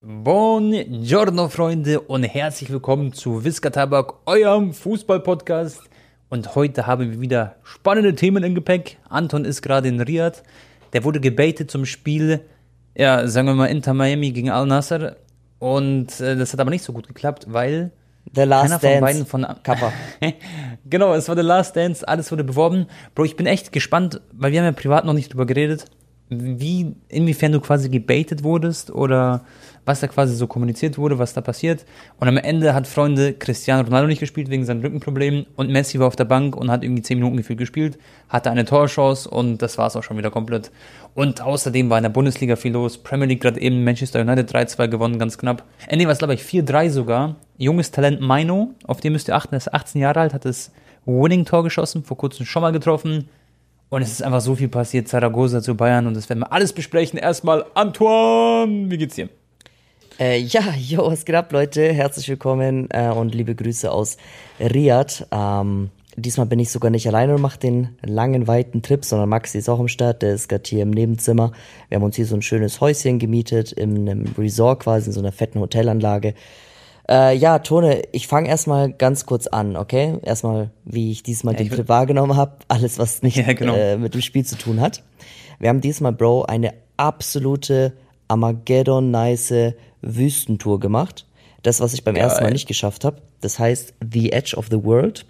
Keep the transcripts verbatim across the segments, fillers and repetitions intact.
Buongiorno, Freunde, und herzlich willkommen zu Visca Tabak, eurem Fußball-Podcast. Und heute haben wir wieder spannende Themen im Gepäck. Anton ist gerade in Riyadh. Der wurde gebaitet zum Spiel, ja, sagen wir mal, Inter Miami gegen Al Nassr. Und äh, das hat aber nicht so gut geklappt, weil The Last keiner von Dance. beiden von Kappa. Genau, es war The Last Dance, alles wurde beworben. Bro, ich bin echt gespannt, weil wir haben ja privat noch nicht drüber geredet, wie, inwiefern du quasi gebaitet wurdest oder was da quasi so kommuniziert wurde, was da passiert. Und am Ende hat Freunde Cristiano Ronaldo nicht gespielt wegen seinen Rückenproblemen und Messi war auf der Bank und hat irgendwie zehn Minuten gefühlt gespielt, hatte eine Torchance und das war es auch schon wieder komplett. Und außerdem war in der Bundesliga viel los. Premier League gerade eben Manchester United drei zwei gewonnen, ganz knapp. Äh, nee, was glaube ich, vier drei sogar. Junges Talent Maino, auf den müsst ihr achten, er ist achtzehn Jahre alt, hat das Winning-Tor geschossen, vor kurzem schon mal getroffen. Und es ist einfach so viel passiert, Zaragoza zu Bayern und das werden wir alles besprechen. Erstmal Antoine, wie geht's dir? Äh, ja, jo, was geht ab, Leute? Herzlich willkommen äh, und liebe Grüße aus Riyadh. Ähm, diesmal bin ich sogar nicht alleine und mache den langen, weiten Trip, sondern Maxi ist auch am Start, der ist gerade hier im Nebenzimmer. Wir haben uns hier so ein schönes Häuschen gemietet, in einem Resort quasi, in so einer fetten Hotelanlage. Äh, ja, Tone, ich fange erstmal ganz kurz an, okay? Erstmal, wie ich diesmal ja, den ich Trip wahrgenommen habe, alles, was nicht ja, genau. äh, mit dem Spiel zu tun hat. Wir haben diesmal, Bro, eine absolute Armageddon-nice Wüstentour gemacht. Das, was ich beim Geil. ersten Mal nicht geschafft habe. Das heißt The Edge of the World.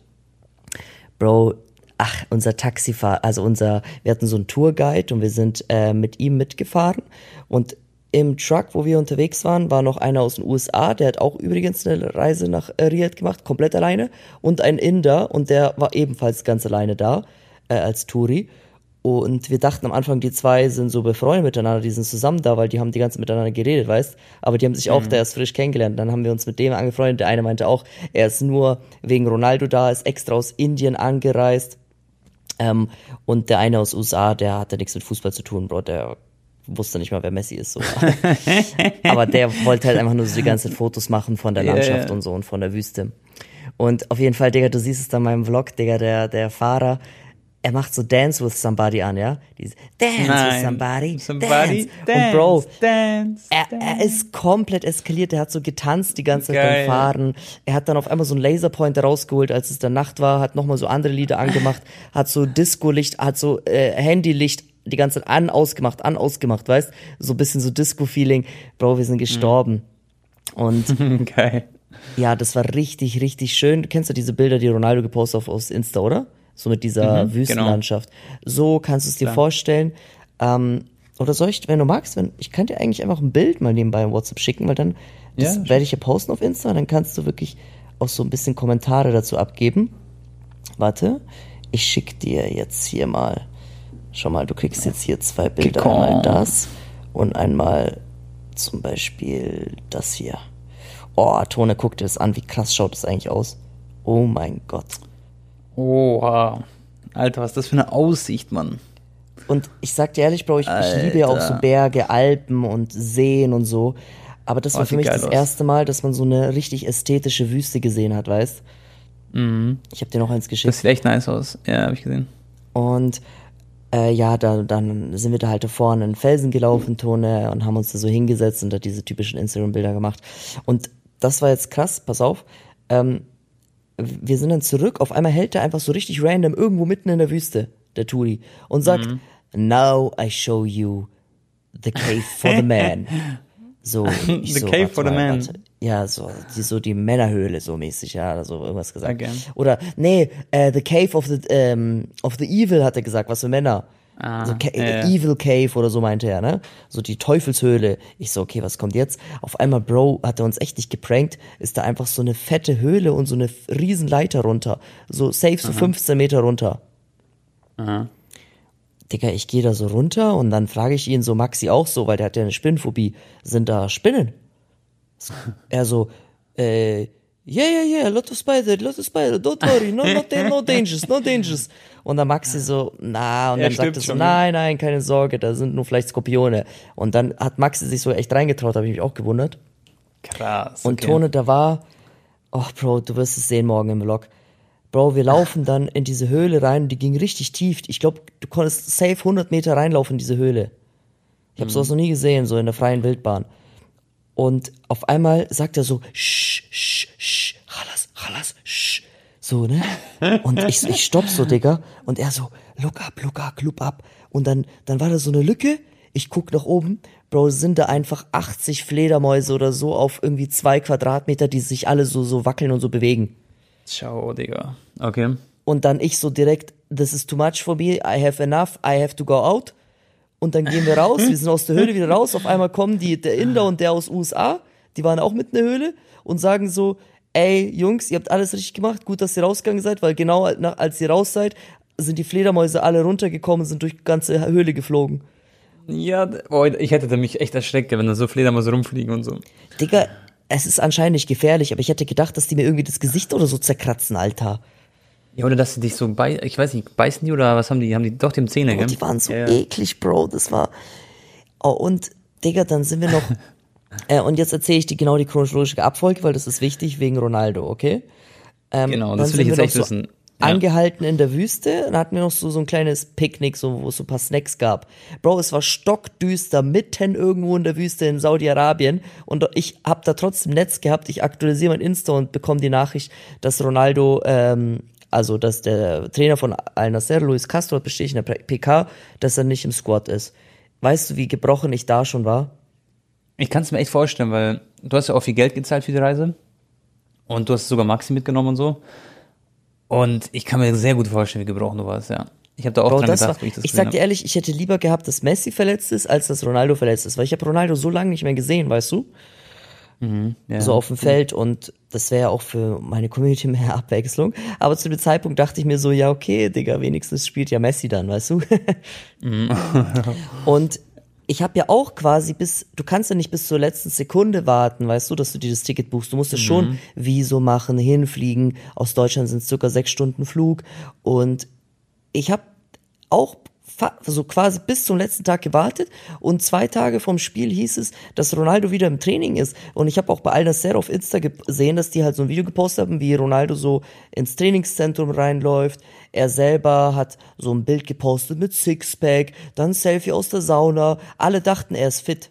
Bro, ach, unser Taxifahrer, also unser, wir hatten so einen Tourguide und wir sind äh, mit ihm mitgefahren und im Truck, wo wir unterwegs waren, war noch einer aus den U S A, der hat auch übrigens eine Reise nach äh, Riyadh gemacht, komplett alleine, und ein Inder, und der war ebenfalls ganz alleine da, äh, als Touri. Und wir dachten am Anfang, die zwei sind so befreundet miteinander, die sind zusammen da, weil die haben die ganze Zeit miteinander geredet, weißt? Aber die haben sich auch Mhm. da erst frisch kennengelernt. Dann haben wir uns mit dem angefreundet. Der eine meinte auch, er ist nur wegen Ronaldo da, ist extra aus Indien angereist. Ähm, und der eine aus U S A, der hatte nichts mit Fußball zu tun, Bro, der wusste nicht mal, wer Messi ist. So. Aber der wollte halt einfach nur so die ganzen Fotos machen von der Landschaft Ja, ja. und so und von der Wüste. Und auf jeden Fall, Digga, du siehst es da in meinem Vlog, Digga, der, der Fahrer, er macht so Dance with Somebody an, ja? Diese Dance Nein. with Somebody, Somebody Dance. Und Bro, dance, er, dance. er ist komplett eskaliert, er hat so getanzt die ganze Zeit Geil. beim Fahren. Er hat dann auf einmal so einen Laserpointer rausgeholt, als es dann Nacht war, hat nochmal so andere Lieder angemacht, hat so Disco-Licht, hat so äh, Handylicht die ganze Zeit an, ausgemacht, an, ausgemacht, weißt? So ein bisschen so Disco-Feeling. Bro, wir sind gestorben. Und Geil. ja, das war richtig, richtig schön. Kennst du diese Bilder, die Ronaldo gepostet hat auf aus Insta, oder? So mit dieser Mhm, Wüstenlandschaft. So kannst du es dir Klar. vorstellen. Ähm, oder soll ich, wenn du magst, wenn, ich kann dir eigentlich einfach ein Bild mal nebenbei im WhatsApp schicken, weil dann, das Ja, werde ich ja posten auf Insta, dann kannst du wirklich auch so ein bisschen Kommentare dazu abgeben. Warte, ich schick dir jetzt hier mal, schau mal, du kriegst jetzt hier zwei Bilder, Gekommen. einmal das und einmal zum Beispiel das hier. Oh, Tone, guck dir das an, wie krass schaut das eigentlich aus. Oh mein Gott. Oha. Alter, was ist das für eine Aussicht, Mann. Und ich sag dir ehrlich, Bro, ich, ich liebe ja auch so Alter. Berge, Alpen und Seen und so. Aber das Oh, war sieht für mich geil das aus. erste Mal, dass man so eine richtig ästhetische Wüste gesehen hat, weißt? Mhm. Ich hab dir noch eins Das geschickt. sieht echt nice aus. Ja, hab ich gesehen. Und äh, ja, da, dann sind wir da halt da vorne in den Felsen gelaufen, Tone, und haben uns da so hingesetzt und da diese typischen Instagram-Bilder gemacht. Und das war jetzt krass, pass auf. Ähm, wir sind dann zurück, auf einmal hält er einfach so richtig random irgendwo mitten in der Wüste, der Turi, und sagt, Mhm. now I show you the cave for the man. So, ich The so, cave warte for the mal, man. warte. Ja, so die, so die Männerhöhle so mäßig, ja, oder so irgendwas gesagt. Okay. Oder, nee, äh, the cave of the, ähm, of the evil hat er gesagt, was für Männer. Ah, so, Ca- ja, ja. Evil Cave oder so meinte er, ne? So die Teufelshöhle. Ich so, okay, was kommt jetzt? Auf einmal, Bro, hat er uns echt nicht geprankt, ist da einfach so eine fette Höhle und so eine riesen Leiter runter. So safe so fünfzehn Meter runter. Aha. Digga, ich gehe da so runter und dann frage ich ihn so, Maxi auch so, weil der hat ja eine Spinnenphobie. Sind da Spinnen? Er so, äh, yeah, yeah, yeah, lot of spider, lot of spider, don't worry, no, no, no dangers, no dangers. Und dann Maxi so, na, und Er dann stirbt sagt er so, schon, nein, nein, keine Sorge, da sind nur vielleicht Skorpione. Und dann hat Maxi sich so echt reingetraut, habe ich mich auch gewundert. Krass. Und okay. Tone, da war, oh Bro, du wirst es sehen morgen im Vlog. Bro, wir laufen dann in diese Höhle rein, die ging richtig tief. Ich glaube, du konntest safe hundert Meter reinlaufen in diese Höhle. Ich habe sowas noch nie gesehen, so in der freien Wildbahn. Und auf einmal sagt er so, sch, sch, sch, Chalas, Chalas, sch. So, ne? Und ich, ich stopp so, Digga. Und er so, look up, look up, look up. Und dann, dann war da so eine Lücke. Ich guck nach oben. Bro, sind da einfach achtzig Fledermäuse oder so auf irgendwie zwei Quadratmeter, die sich alle so, so wackeln und so bewegen. Ciao, Digga. Okay. Und dann ich so direkt, this is too much for me, I have enough, I have to go out. Und dann gehen wir raus, wir sind aus der Höhle wieder raus. Auf einmal kommen die, der Inder und der aus U S A, die waren auch mit in der Höhle und sagen so, ey, Jungs, ihr habt alles richtig gemacht, gut, dass ihr rausgegangen seid, weil genau nach, als ihr raus seid, sind die Fledermäuse alle runtergekommen und sind durch die ganze Höhle geflogen. Ja, boah, ich hätte mich echt erschreckt, wenn da so Fledermäuse rumfliegen und so. Digga, es ist anscheinend nicht gefährlich, aber ich hätte gedacht, dass die mir irgendwie das Gesicht oder so zerkratzen, Alter. Ja, oder dass sie dich so bei, ich weiß nicht, beißen die oder was haben die? Haben die doch die haben Zähne, Bro, gell? die waren so ja, ja. eklig, Bro, das war... Oh, und, Digga, dann sind wir noch... äh, und jetzt erzähle ich dir genau die chronologische Abfolge, weil das ist wichtig wegen Ronaldo, okay? Ähm, Genau, das will ich jetzt echt so wissen. Ja. Angehalten in der Wüste, dann hatten wir noch so, so ein kleines Picknick, so, wo es so ein paar Snacks gab. Bro, es war stockdüster, mitten irgendwo in der Wüste in Saudi-Arabien und ich hab da trotzdem Netz gehabt, ich aktualisiere mein Insta und bekomme die Nachricht, dass Ronaldo, ähm, also dass der Trainer von Al-Nassr, Luis Castro, hat bestätigt in der P K, dass er nicht im Squad ist. Weißt du, wie gebrochen ich da schon war? Ich kann es mir echt vorstellen, weil du hast ja auch viel Geld gezahlt für die Reise und du hast sogar Maxi mitgenommen und so. Und ich kann mir sehr gut vorstellen, wie gebrochen du warst, ja. Ich habe da auch Bro, dran das gedacht, war, wo ich das ich gesehen sag dir habe. ehrlich, ich hätte lieber gehabt, dass Messi verletzt ist, als dass Ronaldo verletzt ist, weil ich habe Ronaldo so lange nicht mehr gesehen, weißt du? Mhm, ja. So auf dem Feld und das wäre ja auch für meine Community mehr Abwechslung. Aber zu dem Zeitpunkt dachte ich mir so, ja okay, Digga, wenigstens spielt ja Messi dann, weißt du? Mhm. Und ich habe ja auch quasi bis, du kannst ja nicht bis zur letzten Sekunde warten, weißt du, dass du dir das Ticket buchst. Du musst es mhm. schon Visum machen, hinfliegen. Aus Deutschland sind es circa sechs Stunden Flug. Und ich habe auch so quasi bis zum letzten Tag gewartet und zwei Tage vom Spiel hieß es, dass Ronaldo wieder im Training ist und ich habe auch bei Al-Nassr auf Insta gesehen, dass die halt so ein Video gepostet haben, wie Ronaldo so ins Trainingszentrum reinläuft. Er selber hat so ein Bild gepostet mit Sixpack, dann Selfie aus der Sauna. Alle dachten, er ist fit.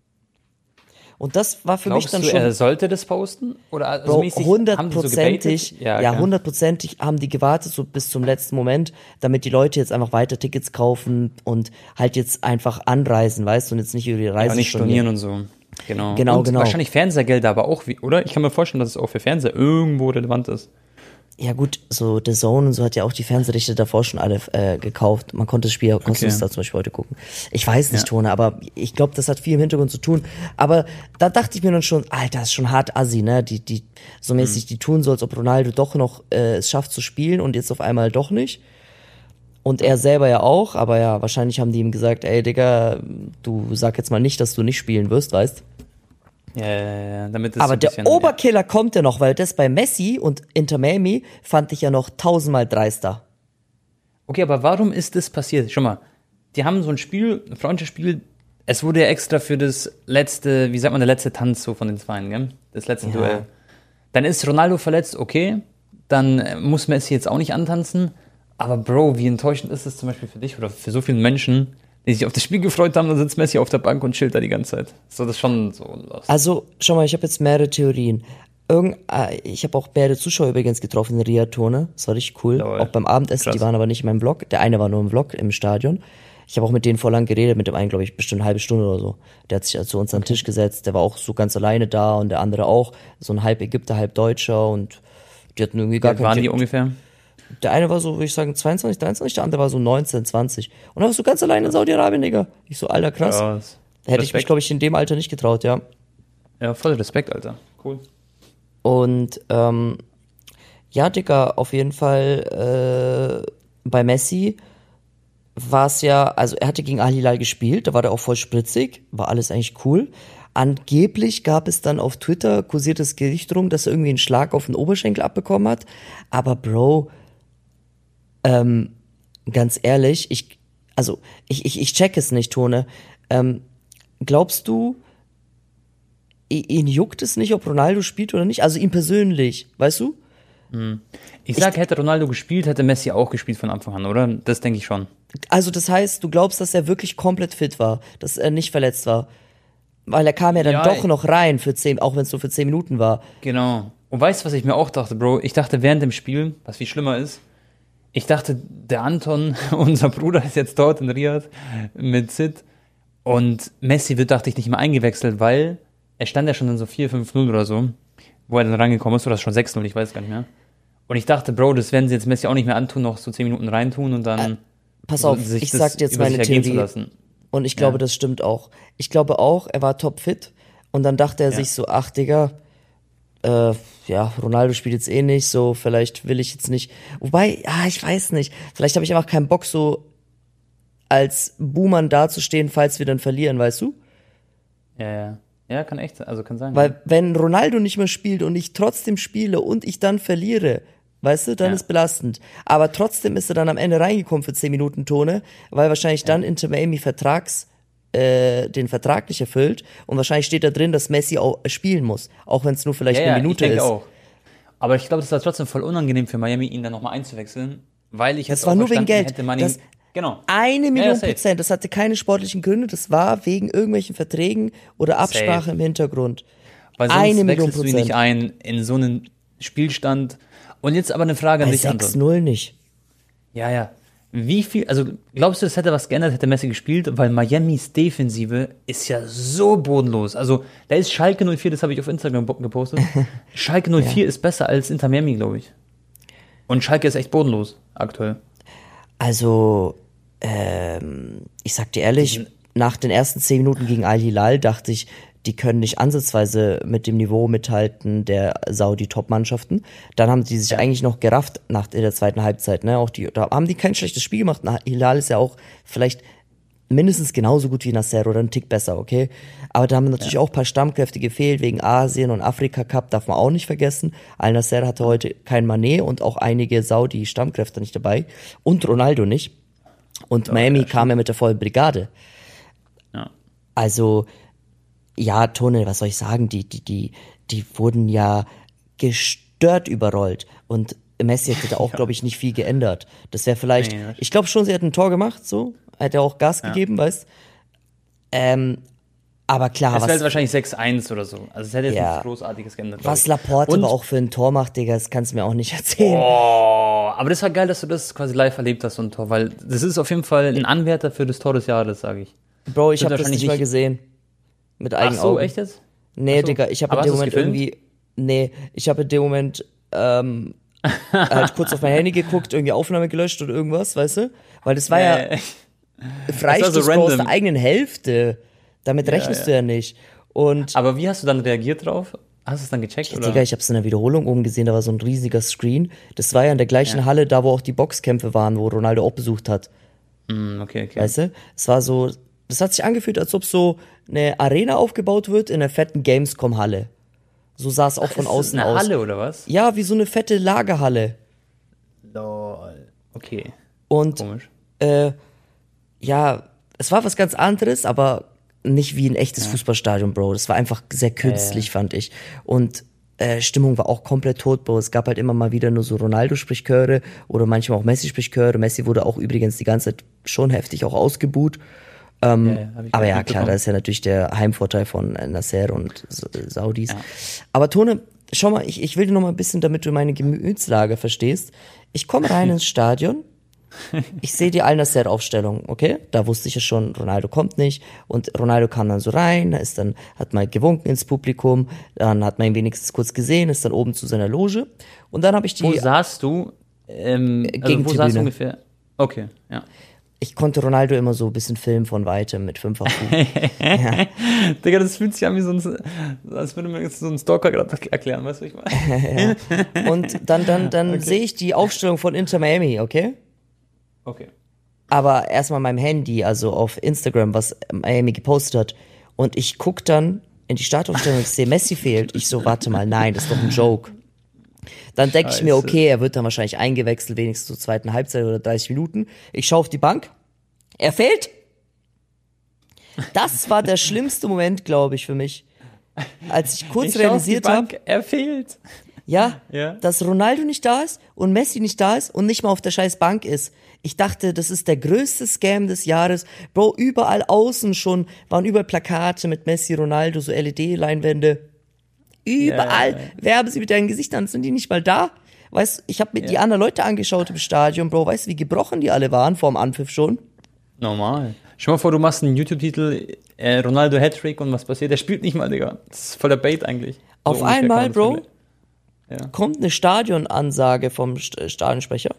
Und das war für Glaubst mich dann du, schon... er sollte das posten? Oder also Bro, mäßig, hundertprozentig, haben die so ja, ja, okay. hundertprozentig haben die gewartet, so bis zum letzten Moment, damit die Leute jetzt einfach weiter Tickets kaufen und halt jetzt einfach anreisen, weißt du, und jetzt nicht über die Reise ja, nicht stornieren und so. Genau, Genau, und genau. wahrscheinlich Fernsehgelder aber auch, wie, oder? Ich kann mir vorstellen, dass es auch für Fernseher irgendwo relevant ist. Ja gut, so The Zone und so hat ja auch die Fernsehrechte davor schon alle äh, gekauft. Man konnte das Spiel ja kostenlos Okay. da zum Beispiel heute gucken. Ich weiß nicht, Ja. Tone, aber ich glaube, das hat viel im Hintergrund zu tun. Aber da dachte ich mir dann schon, Alter, das ist schon hart assi, ne? Die, die, so mäßig, Mhm. die tun so, als ob Ronaldo doch noch äh, es schafft zu spielen und jetzt auf einmal doch nicht. Und er selber ja auch, aber ja, wahrscheinlich haben die ihm gesagt, ey Digga, du sag jetzt mal nicht, dass du nicht spielen wirst, weißt? Ja, ja, ja, damit es Aber so ein der bisschen, Oberkiller kommt ja noch, weil das bei Messi und Inter Miami fand ich ja noch tausendmal dreister. Okay, aber warum ist das passiert? Schau mal, die haben so ein Spiel, ein Freundschaftsspiel, es wurde ja extra für das letzte, wie sagt man, der letzte Tanz so von den Zweien, gell? Das letzte Ja. Duell. Dann ist Ronaldo verletzt, okay, dann äh, muss Messi jetzt auch nicht antanzen, aber Bro, wie enttäuschend ist es zum Beispiel für dich oder für so viele Menschen, die sich auf das Spiel gefreut haben, dann sitzt Messi auf der Bank und chillt da die ganze Zeit. So, das ist schon so lost. Also, schau mal, ich habe jetzt mehrere Theorien. Irgend, äh, ich habe auch mehrere Zuschauer übrigens getroffen in Ria-Tone. Das war richtig cool. Jawohl. Auch beim Abendessen, Krass. die waren aber nicht in meinem Vlog. Der eine war nur im Vlog im Stadion. Ich habe auch mit denen voll lang geredet, mit dem einen, glaube ich, bestimmt eine halbe Stunde oder so. Der hat sich also zu uns an den Tisch gesetzt, der war auch so ganz alleine da und der andere auch. So ein halb Ägypter, halb Deutscher und die hatten irgendwie gar Wie alt waren keinen... die ungefähr? Der eine war so, würde ich sagen, zweiundzwanzig, dreiundzwanzig, der andere war so neunzehn, zwanzig. Und dann warst du ganz alleine in Saudi-Arabien, Digga. Ich so, Alter, krass. Ja, Hätte ich mich, Respekt. glaube ich, in dem Alter nicht getraut, ja. Ja, voll Respekt, Alter. Cool. Und ähm, ja, Digga, auf jeden Fall äh, bei Messi war es ja, also er hatte gegen Al-Hilal gespielt, da war der auch voll spritzig, war alles eigentlich cool. Angeblich gab es dann auf Twitter kursiertes Gerücht rum, dass er irgendwie einen Schlag auf den Oberschenkel abbekommen hat. Aber Bro, ähm, ganz ehrlich, ich, also ich, ich, ich check es nicht, Tone. Ähm, glaubst du, i- ihn juckt es nicht, ob Ronaldo spielt oder nicht? Also ihn persönlich, weißt du? Ich sag, hätte Ronaldo gespielt, hätte Messi auch gespielt von Anfang an, oder? Das denke ich schon. Also das heißt, du glaubst, dass er wirklich komplett fit war, dass er nicht verletzt war. Weil er kam ja dann Ja, doch ich- noch rein, für zehn, auch wenn es nur für zehn Minuten war. Genau. Und weißt du, was ich mir auch dachte, Bro? Ich dachte während dem Spiel, was viel schlimmer ist, ich dachte, der Anton, unser Bruder, ist jetzt dort in Riyadh mit Sid und Messi wird, dachte ich, nicht mehr eingewechselt, weil er stand ja schon in so vier fünf null oder so, wo er dann reingekommen ist, oder schon sechs null, ich weiß gar nicht mehr. Und ich dachte, Bro, das werden sie jetzt Messi auch nicht mehr antun, noch so zehn Minuten reintun und dann Pass so auf, sich ich das sag dir jetzt über sich meine ergehen zu Theorie. lassen. Und ich glaube, Ja. das stimmt auch. Ich glaube auch, er war topfit. Und dann dachte er Ja. sich so, ach Digga, äh, ja, Ronaldo spielt jetzt eh nicht, so, vielleicht will ich jetzt nicht. Wobei, ja, ich weiß nicht. Vielleicht habe ich einfach keinen Bock, so als Buhmann dazustehen, falls wir dann verlieren, weißt du? Ja, ja. Ja, kann echt, also kann sein. Weil wenn Ronaldo nicht mehr spielt und ich trotzdem spiele und ich dann verliere, weißt du, dann Ja. ist belastend. Aber trotzdem ist er dann am Ende reingekommen für zehn Minuten Tone, weil wahrscheinlich dann Inter Miami Vertrags, äh, den Vertrag nicht erfüllt und wahrscheinlich steht da drin, dass Messi auch spielen muss, auch wenn es nur vielleicht ja, eine ja, Minute ich denke ist. auch. Aber ich glaube, das war trotzdem voll unangenehm für Miami, ihn dann nochmal einzuwechseln, weil ich Das hätte war auch nur wegen verstanden, Geld. hätte man Das- ihn, genau. Eine Million safe. Prozent, das hatte keine sportlichen Gründe, das war wegen irgendwelchen Verträgen oder Absprache Safe. im Hintergrund. Weil sonst eine Million wechselst du ihn nicht ein in so einen Spielstand. Und jetzt aber eine Frage an Bei dich, Anton. sechs null nicht. Ja, ja. Wie viel, also glaubst du, das hätte was geändert, hätte Messi gespielt? Weil Miamis Defensive ist ja so bodenlos. Also da ist Schalke null vier, das habe ich auf Instagram bo- gepostet. Schalke null vier ist besser als Inter Miami, glaube ich. Und Schalke ist echt bodenlos aktuell. Also, ähm, ich sag dir ehrlich, nach den ersten zehn Minuten gegen Al-Hilal dachte ich, die können nicht ansatzweise mit dem Niveau mithalten der Saudi-Top-Mannschaften. Dann haben die sich Ja. eigentlich noch gerafft nach in der zweiten Halbzeit. Ne? Auch die, da haben die kein schlechtes Spiel gemacht. Al-Hilal ist ja auch vielleicht mindestens genauso gut wie Nasser oder ein Tick besser, okay? Aber da haben natürlich auch ein paar Stammkräfte gefehlt, wegen Asien und Afrika Cup, darf man auch nicht vergessen. Al-Nasser hatte heute kein Mané und auch einige Saudi-Stammkräfte nicht dabei. Und Ronaldo nicht. Und Miami kam ja mit der vollen Brigade. Ja. Also, ja, Tone, was soll ich sagen? Die, die, die, die wurden ja gestört überrollt. Und Messi hätte da auch, glaube ich, nicht viel geändert. Das wäre vielleicht, Nee, das ich glaube schon, sie hätten ein Tor gemacht, so. Hat er auch Gas gegeben, weißt. Ähm, aber klar, Es wäre jetzt was, wahrscheinlich sechs eins oder so. Also es hätte jetzt Ja. nichts Großartiges geändert. glaub was ich. Laporte Und- aber auch für ein Tor macht, Digga, das kannst du mir auch nicht erzählen. Oh, aber das war geil, dass du das quasi live erlebt hast, so ein Tor, weil das ist auf jeden Fall ein Anwärter für das Tor des Jahres, sage ich. Bro, ich wird habe das wahrscheinlich nicht mal nicht- gesehen. Mit Ach eigenen so, Augen. echt jetzt? Nee, Ach so. Digga, ich habe Aber in dem hast Moment du's gefilmt? irgendwie, nee, ich habe in dem Moment ähm, halt kurz auf mein Handy geguckt, irgendwie Aufnahme gelöscht oder irgendwas, weißt du? Weil das war ja Äh, Freistoß so Bro, aus random. der eigenen Hälfte. Damit rechnest ja. du ja nicht. Und aber wie hast du dann reagiert drauf? Hast du es dann gecheckt? Oder? Digga, ich habe es in der Wiederholung oben gesehen, da war so ein riesiger Screen. Das war ja in der gleichen Ja. Halle, da wo auch die Boxkämpfe waren, wo Ronaldo auch besucht hat. Hm, okay, okay. Weißt du? Es war so, das hat sich angefühlt, als ob so eine Arena aufgebaut wird in einer fetten Gamescom-Halle. So sah es auch von Ist das außen eine aus. Halle oder was? Ja, wie so eine fette Lagerhalle. Lol. Okay, Und komisch. äh, ja, es war was ganz anderes, aber nicht wie ein echtes Fußballstadion, Bro. Das war einfach sehr künstlich, fand ich. Und äh, Stimmung war auch komplett tot, Bro. Es gab halt immer mal wieder nur so Ronaldo-Sprichchöre oder manchmal auch Messi-Sprichchöre. Messi wurde auch übrigens die ganze Zeit schon heftig auch ausgebuht. Ähm, Ja, ja, hab ich aber ja, mitbekommen. klar, das ist ja natürlich der Heimvorteil von äh, Nasser und Sa- Saudis. Aber Tone, schau mal, ich, ich will dir noch mal ein bisschen, damit du meine Gemütslage verstehst. Ich komme rein ins Stadion, ich sehe die Al-Nassr-Aufstellung, okay? Da wusste ich ja schon, Ronaldo kommt nicht. Und Ronaldo kam dann so rein, da ist dann, hat mal gewunken ins Publikum, dann hat man ihn wenigstens kurz gesehen, ist dann oben zu seiner Loge. Und dann habe ich Wo die, saßt du? Ähm, also wo Gegentribüne. saßt du ungefähr? Okay, ja. ich konnte Ronaldo immer so ein bisschen filmen von weitem mit fünffach Zoom. ja. Digga, das fühlt sich an wie so ein, als würde mir jetzt so ein Stalker gerade erklären, weißt du, was ich meine? Und dann, dann, dann Okay. sehe ich die Aufstellung von Inter Miami, okay? Okay. Aber erstmal meinem Handy, also auf Instagram, was Miami gepostet hat. Und ich guck dann in die Startaufstellung, ich sehe, Messi fehlt. Ich so, warte mal, nein, das ist doch ein Joke. Dann denke ich mir, Scheiße. okay, er wird dann wahrscheinlich eingewechselt, wenigstens zur zweiten Halbzeit oder dreißig Minuten. Ich schaue auf die Bank. Er fehlt. Das war der schlimmste Moment, glaube ich, für mich. Als ich kurz Ich schau auf die realisiert habe, Bank, er fehlt. Ja, Ja. dass Ronaldo nicht da ist und Messi nicht da ist und nicht mal auf der scheiß Bank ist. Ich dachte, das ist der größte Scam des Jahres. Bro, überall außen schon waren überall Plakate mit Messi, Ronaldo, so L E D-Leinwände. Überall Ja, ja, ja. werben sie mit deren Gesichtern, sind die nicht mal da? Weißt du, ich habe mir die anderen Leute angeschaut im Stadion, Bro, weißt du, wie gebrochen die alle waren vorm Anpfiff schon? Normal. Stell mal vor, du machst einen YouTube-Titel, äh, Ronaldo Hattrick und was passiert? Der spielt nicht mal, Digga. Das ist voll der Bait eigentlich. So Auf ungefähr kann man einmal, das Bro, vergleichen. Ja. kommt eine Stadionansage vom St- Stadionsprecher,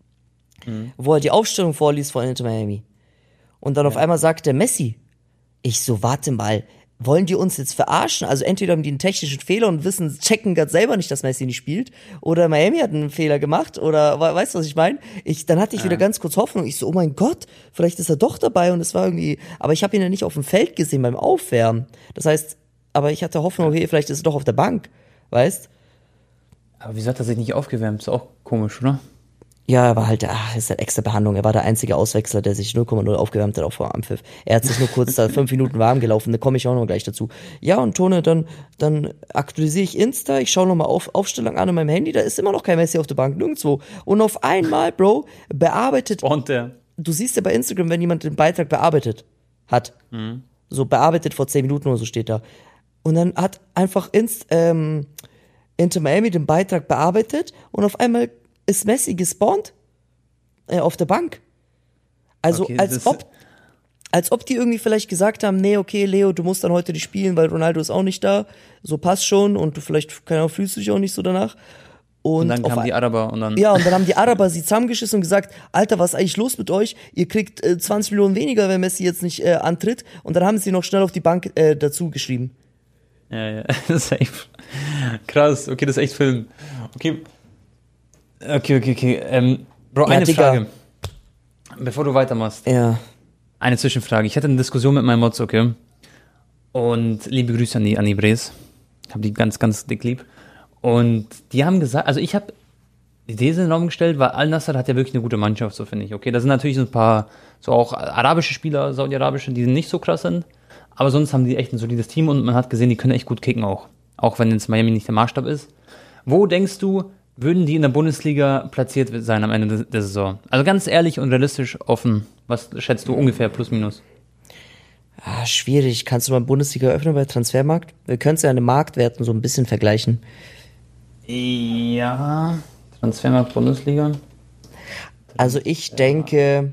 wo er die Aufstellung vorliest von Inter Miami. Und dann auf einmal sagt der Messi. Ich so, warte mal, wollen die uns jetzt verarschen? Also entweder haben die einen technischen Fehler und wissen, checken gerade selber nicht, dass Messi nicht spielt, oder Miami hat einen Fehler gemacht, oder we- weißt du, was ich meine? Ich, dann hatte ich wieder ganz kurz Hoffnung. Ich so, oh mein Gott, vielleicht ist er doch dabei und es war irgendwie, aber ich habe ihn ja nicht auf dem Feld gesehen beim Aufwärmen. Das heißt, aber ich hatte Hoffnung, okay, vielleicht ist er doch auf der Bank, weißt? Aber wieso hat er sich nicht aufgewärmt? Ist auch komisch, oder? Ja, er war halt, ach, ist halt extra Behandlung. Er war der einzige Auswechsler, der sich null Komma null aufgewärmt hat, auch vor Anpfiff. Er hat sich nur kurz da fünf Minuten warm gelaufen, da komme ich auch noch gleich dazu. Ja, und Tone, dann, dann aktualisiere ich Insta, ich schaue nochmal auf Aufstellung an in meinem Handy, da ist immer noch kein Messi auf der Bank, nirgendwo. Und auf einmal, Bro, bearbeitet, Und der. du siehst ja bei Instagram, wenn jemand den Beitrag bearbeitet hat. So bearbeitet vor zehn Minuten oder so steht da. Und dann hat einfach Inst, ähm, Inter Miami den Beitrag bearbeitet und auf einmal ist Messi gespawnt äh, auf der Bank. Also Okay, als das- ob als ob die irgendwie vielleicht gesagt haben, nee, okay, Leo, du musst dann heute nicht spielen, weil Ronaldo ist auch nicht da. So passt schon und du vielleicht, keine Ahnung, fühlst du dich auch nicht so danach. Und, Und dann auf kamen die ein- Araber und dann. ja, und dann haben die Araber sie zusammengeschissen und gesagt, Alter, was ist eigentlich los mit euch? Ihr kriegt äh, zwanzig Millionen weniger, wenn Messi jetzt nicht äh, antritt. Und dann haben sie noch schnell auf die Bank äh, dazu geschrieben. Ja, ja, das ist echt krass. Okay, das ist echt Film. Okay, okay, okay, okay. Ähm, Bro, Ja, eine Digga. Frage. Bevor du weitermachst. Ja. Eine Zwischenfrage. Ich hatte eine Diskussion mit meinem Mods, okay? Und liebe Grüße an die, an die Bres. Ich habe die ganz, ganz dick lieb. Und die haben gesagt, also ich habe die These in den Raum gestellt, weil Al-Nassr hat ja wirklich eine gute Mannschaft, so finde ich. Okay, da sind natürlich so ein paar, so auch arabische Spieler, saudi-arabische, die nicht so krass sind. Aber sonst haben die echt ein solides Team und man hat gesehen, die können echt gut kicken auch. Auch wenn jetzt Miami nicht der Maßstab ist. Wo denkst du, würden die in der Bundesliga platziert sein am Ende der Saison? Also ganz ehrlich und realistisch offen. Was schätzt du ungefähr plus minus? Ah, schwierig. Kannst du mal Bundesliga öffnen bei Transfermarkt? Wir können es ja an den Marktwerten so ein bisschen vergleichen. Ja, Transfermarkt Bundesliga. Also ich denke,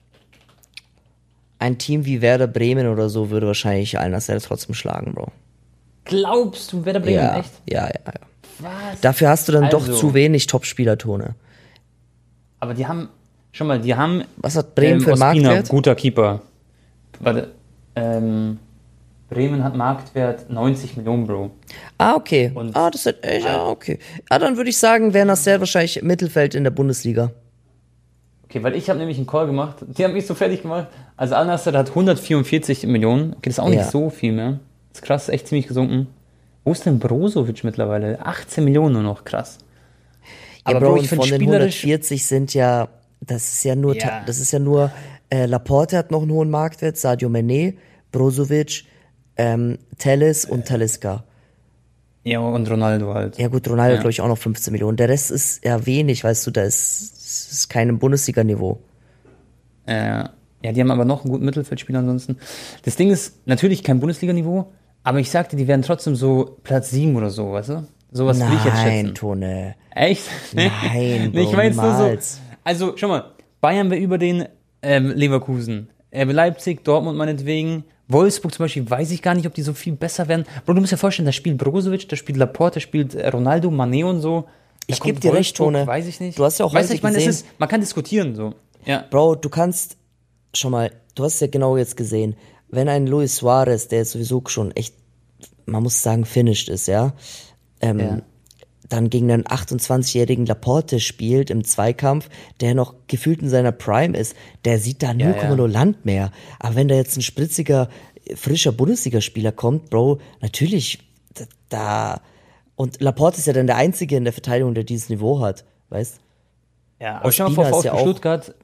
ein Team wie Werder Bremen oder so würde wahrscheinlich Al-Nassr trotzdem schlagen, Bro. Glaubst du, Werder Bremen, Ja, echt? ja, ja, ja. Was? Dafür hast du dann doch Also. zu wenig Top-Spieler-Tone. Aber die haben, schon mal, die haben Was hat Bremen für einen Ospina, Marktwert? guter Keeper. Warte, ähm, Bremen hat Marktwert neunzig Millionen, Bro. Ah, okay. Und- ah, das ist echt, ja, okay. Ah, dann würde ich sagen, wäre Nasser wahrscheinlich Mittelfeld in der Bundesliga. Okay, weil ich habe nämlich einen Call gemacht. Die haben mich so fertig gemacht. Also Al-Nassr hat hundertvierundvierzig Millionen. Okay, das ist auch nicht Ja. so viel mehr. Das ist krass, echt ziemlich gesunken. Wo ist denn Brozovic mittlerweile? achtzehn Millionen nur noch, krass. Ja, Aber Bro, Bro, und ich von finde den spielerisch... hundertvierzig sind ja, das ist ja nur, Ja. ta- das ist ja nur, äh, Laporte hat noch einen hohen Marktwert, Sadio Mané, Brozovic, ähm, Telles und Talisca. Ja, und Ronaldo halt. Ja gut, Ronaldo Ja. glaube ich auch noch fünfzehn Millionen. Der Rest ist ja wenig, weißt du, da ist, das ist kein Bundesliga-Niveau. Äh, ja, die haben aber noch einen guten Mittelfeldspieler ansonsten. Das Ding ist natürlich kein Bundesliga-Niveau, aber ich sagte, die werden trotzdem so Platz sieben oder so, weißt du? Sowas will ich jetzt Nein, schätzen. Tone. Echt? Nein, Nee, ich Bro, meine nur so. niemals. Also, schau mal, Bayern wäre über den ähm, Leverkusen. Äh, Leipzig, Dortmund meinetwegen. Wolfsburg zum Beispiel, weiß ich gar nicht, ob die so viel besser werden. Bro, du musst dir vorstellen, da spielt Brozovic, da spielt Laporte, da spielt äh, Ronaldo, Mané und so. Da Ich kommt geb dir recht, Wolfsburg, Tone. Weiß ich nicht. Du hast ja auch weißt du, heute ich meine, es gesehen- ist, man kann diskutieren so. Ja. Bro, du kannst, schon mal, du hast es ja genau jetzt gesehen, wenn ein Luis Suarez, der jetzt sowieso schon echt, man muss sagen, finished ist, ja, ähm, Ja. dann gegen einen achtundzwanzigjährigen Laporte spielt im Zweikampf, der noch gefühlt in seiner Prime ist, der sieht da null Komma null Land mehr. Aber wenn da jetzt ein spritziger, frischer Bundesligaspieler kommt, Bro, natürlich, da, da und Laporte ist ja dann der Einzige in der Verteidigung, der dieses Niveau hat, weißt? Ja, aber stell mal vor, Ospina ist VfB ja auch- Stuttgart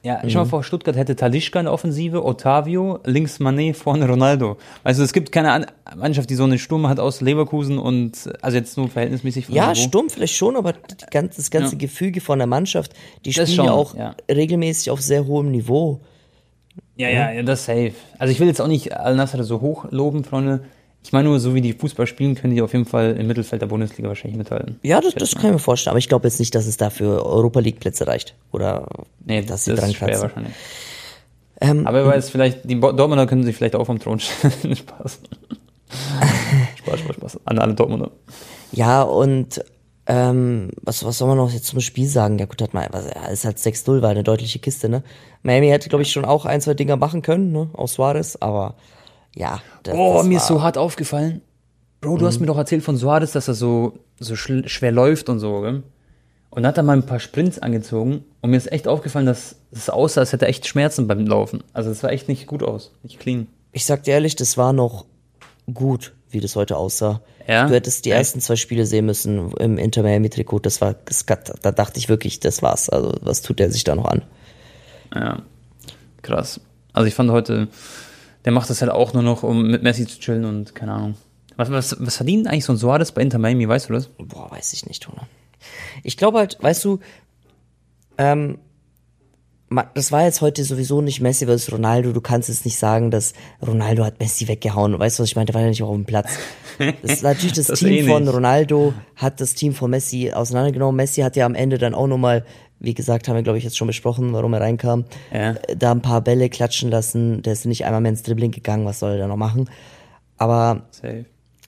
Ja, ich mal vor, Stuttgart hätte Talisca in der Offensive, Otavio, links Mané, vorne Ronaldo. Also es gibt keine An- Mannschaft, die so einen Sturm hat aus Leverkusen und, also jetzt nur verhältnismäßig von Ja, Niveau. Sturm vielleicht schon, aber die ganze, das ganze Ja. Gefüge von der Mannschaft, die Das spielen schon, ja auch ja. regelmäßig auf sehr hohem Niveau. Ja, ja, ja, das safe. Also ich will jetzt auch nicht Al-Nassr so hoch loben, Freunde. Ich meine nur, so wie die Fußball spielen, können die auf jeden Fall im Mittelfeld der Bundesliga wahrscheinlich mithalten. Ja, das, das kann ich mir vorstellen, aber ich glaube jetzt nicht, dass es dafür Europa League Plätze reicht. Oder Nee, dass sie das dran ist schwer kratzen. wahrscheinlich. Ähm, Aber wer weiß, vielleicht, die Bo- Dortmunder können sich vielleicht auch vom Thron stellen. Spaß. Spaß, Spaß, Spaß. An alle Dortmunder. Ja, und ähm, was, was soll man noch jetzt zum Spiel sagen? Ja gut, hat man, was, ja, ist halt sechs null, war eine deutliche Kiste, ne? Miami hätte, glaube ich, schon auch ein, zwei Dinger machen können, ne? Aus Suarez, aber ja. Das, Oh, das mir war, ist so hart aufgefallen. Bro, du hast mir doch erzählt von Suarez, dass er so, so schl- schwer läuft und so, gell? Und dann hat er mal ein paar Sprints angezogen und mir ist echt aufgefallen, dass es aussah, als hätte er echt Schmerzen beim Laufen. Also es sah echt nicht gut aus, nicht clean. Ich sag dir ehrlich, das war noch gut, wie das heute aussah. Ja? Du hättest die Echt? ersten zwei Spiele sehen müssen im Inter Miami-Trikot, das war, das, da dachte ich wirklich, das war's. Also was tut der sich da noch an? Ja, krass. Also ich fand heute, der macht das halt auch nur noch, um mit Messi zu chillen und keine Ahnung. Was, was, was verdient eigentlich so ein Suarez bei Inter Miami, weißt du das? Boah, weiß ich nicht, Tone. Ich glaube halt, weißt du, ähm, ma- das war jetzt heute sowieso nicht Messi versus Ronaldo. Du kannst jetzt nicht sagen, dass Ronaldo hat Messi weggehauen. Weißt du, was ich meine? Der war ja nicht auch auf dem Platz. Das ist natürlich das, Das Team eh von nicht. Ronaldo hat das Team von Messi auseinandergenommen. Messi hat ja am Ende dann auch nochmal, wie gesagt, haben wir glaube ich jetzt schon besprochen, warum er reinkam, Ja. äh, da ein paar Bälle klatschen lassen. Der ist nicht einmal mehr ins Dribbling gegangen. Was soll er da noch machen? Aber Safe.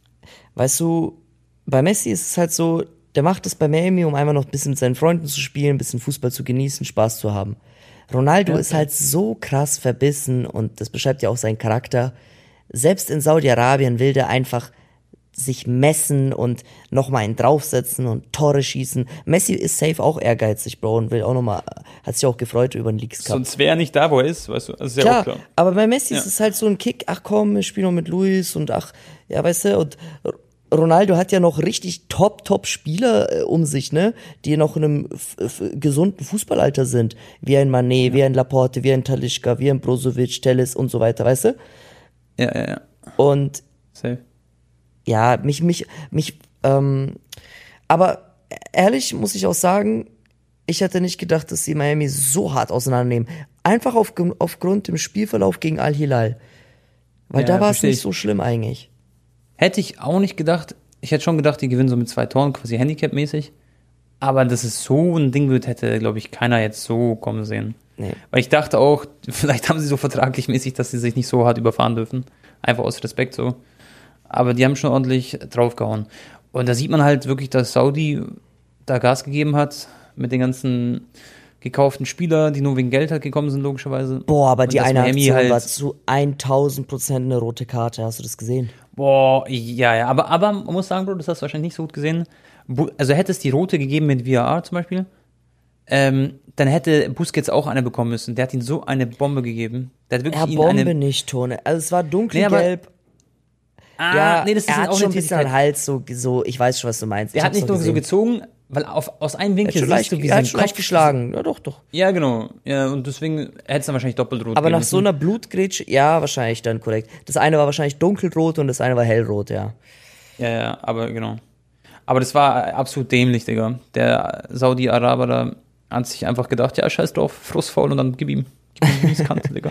weißt du, bei Messi ist es halt so, der macht es bei Miami, um einfach noch ein bisschen mit seinen Freunden zu spielen, ein bisschen Fußball zu genießen, Spaß zu haben. Ronaldo Ja, ist ja. halt so krass verbissen und das beschreibt ja auch seinen Charakter. Selbst in Saudi-Arabien will der einfach sich messen und nochmal einen draufsetzen und Tore schießen. Messi ist safe auch ehrgeizig, Bro, und will auch nochmal, hat sich auch gefreut über den Leagues Cup. Sonst wäre er nicht da, wo er ist, weißt du? Das ist ja Klar, auch klar. aber bei Messi Ja. ist es halt so ein Kick, ach komm, ich spiele noch mit Luis und ach, ja, weißt du, und Ronaldo hat ja noch richtig top, top Spieler äh, um sich, ne, die noch in einem f- f- gesunden Fußballalter sind, wie ein Mané, wie ein Laporte, wie ein Talisca, wie ein Brozovic, Telles und so weiter, weißt du? Ja, ja, ja. Und Safe. ja, mich, mich, mich, ähm, aber ehrlich muss ich auch sagen, ich hätte nicht gedacht, dass sie Miami so hart auseinandernehmen. Einfach auf, aufgrund dem Spielverlauf gegen Al-Hilal. Weil Ja, da war es versteh nicht ich. so schlimm eigentlich. Hätte ich auch nicht gedacht. Ich hätte schon gedacht, die gewinnen so mit zwei Toren, quasi Handicap-mäßig. Aber dass es so ein Ding wird, hätte, glaube ich, keiner jetzt so kommen sehen. Nee. Weil ich dachte auch, vielleicht haben sie so vertraglich mäßig, dass sie sich nicht so hart überfahren dürfen. Einfach aus Respekt so. Aber die haben schon ordentlich draufgehauen. Und da sieht man halt wirklich, dass Saudi da Gas gegeben hat mit den ganzen gekauften Spielern, die nur wegen Geld halt gekommen sind, logischerweise. Boah, aber Und die dass eine Miami Aktion halt- war zu tausend Prozent eine rote Karte. Hast du das gesehen? Boah, ja, ja, aber, aber man muss sagen, Bro, das hast du wahrscheinlich nicht so gut gesehen. Bu- Also hätte es die rote gegeben mit V R zum Beispiel, ähm, dann hätte Busquets auch eine bekommen müssen. Der hat ihm so eine Bombe gegeben. Der hat wirklich Ja, ihn Bombe eine... nicht, Tone. Also es war Nee, dunkelgelb. Ah, ja, nee, das ist er hat auch schon ein eine bisschen an den Tätigkeit. Hals, so, so, ich weiß schon, was du meinst. Der Ich hat hab's nicht doch nur so gesehen. gezogen, weil auf, aus einem Er Winkel hat schon siehst leicht, du, wie er hat sein schon leicht Kopf... geschlagen. Ja, doch, doch. Ja, genau. Ja, und deswegen hätte es dann wahrscheinlich doppelt rot Aber geben nach so müssen. einer Blutgrätsche, ja, wahrscheinlich dann korrekt. Das eine war wahrscheinlich dunkelrot und das eine war hellrot, ja. Ja, ja, aber genau. Aber das war absolut dämlich, Digga. Der Saudi-Araber da hat sich einfach gedacht, ja, scheiß drauf, frustfaul und dann gib ihm, gib ihm die Kante, Digga.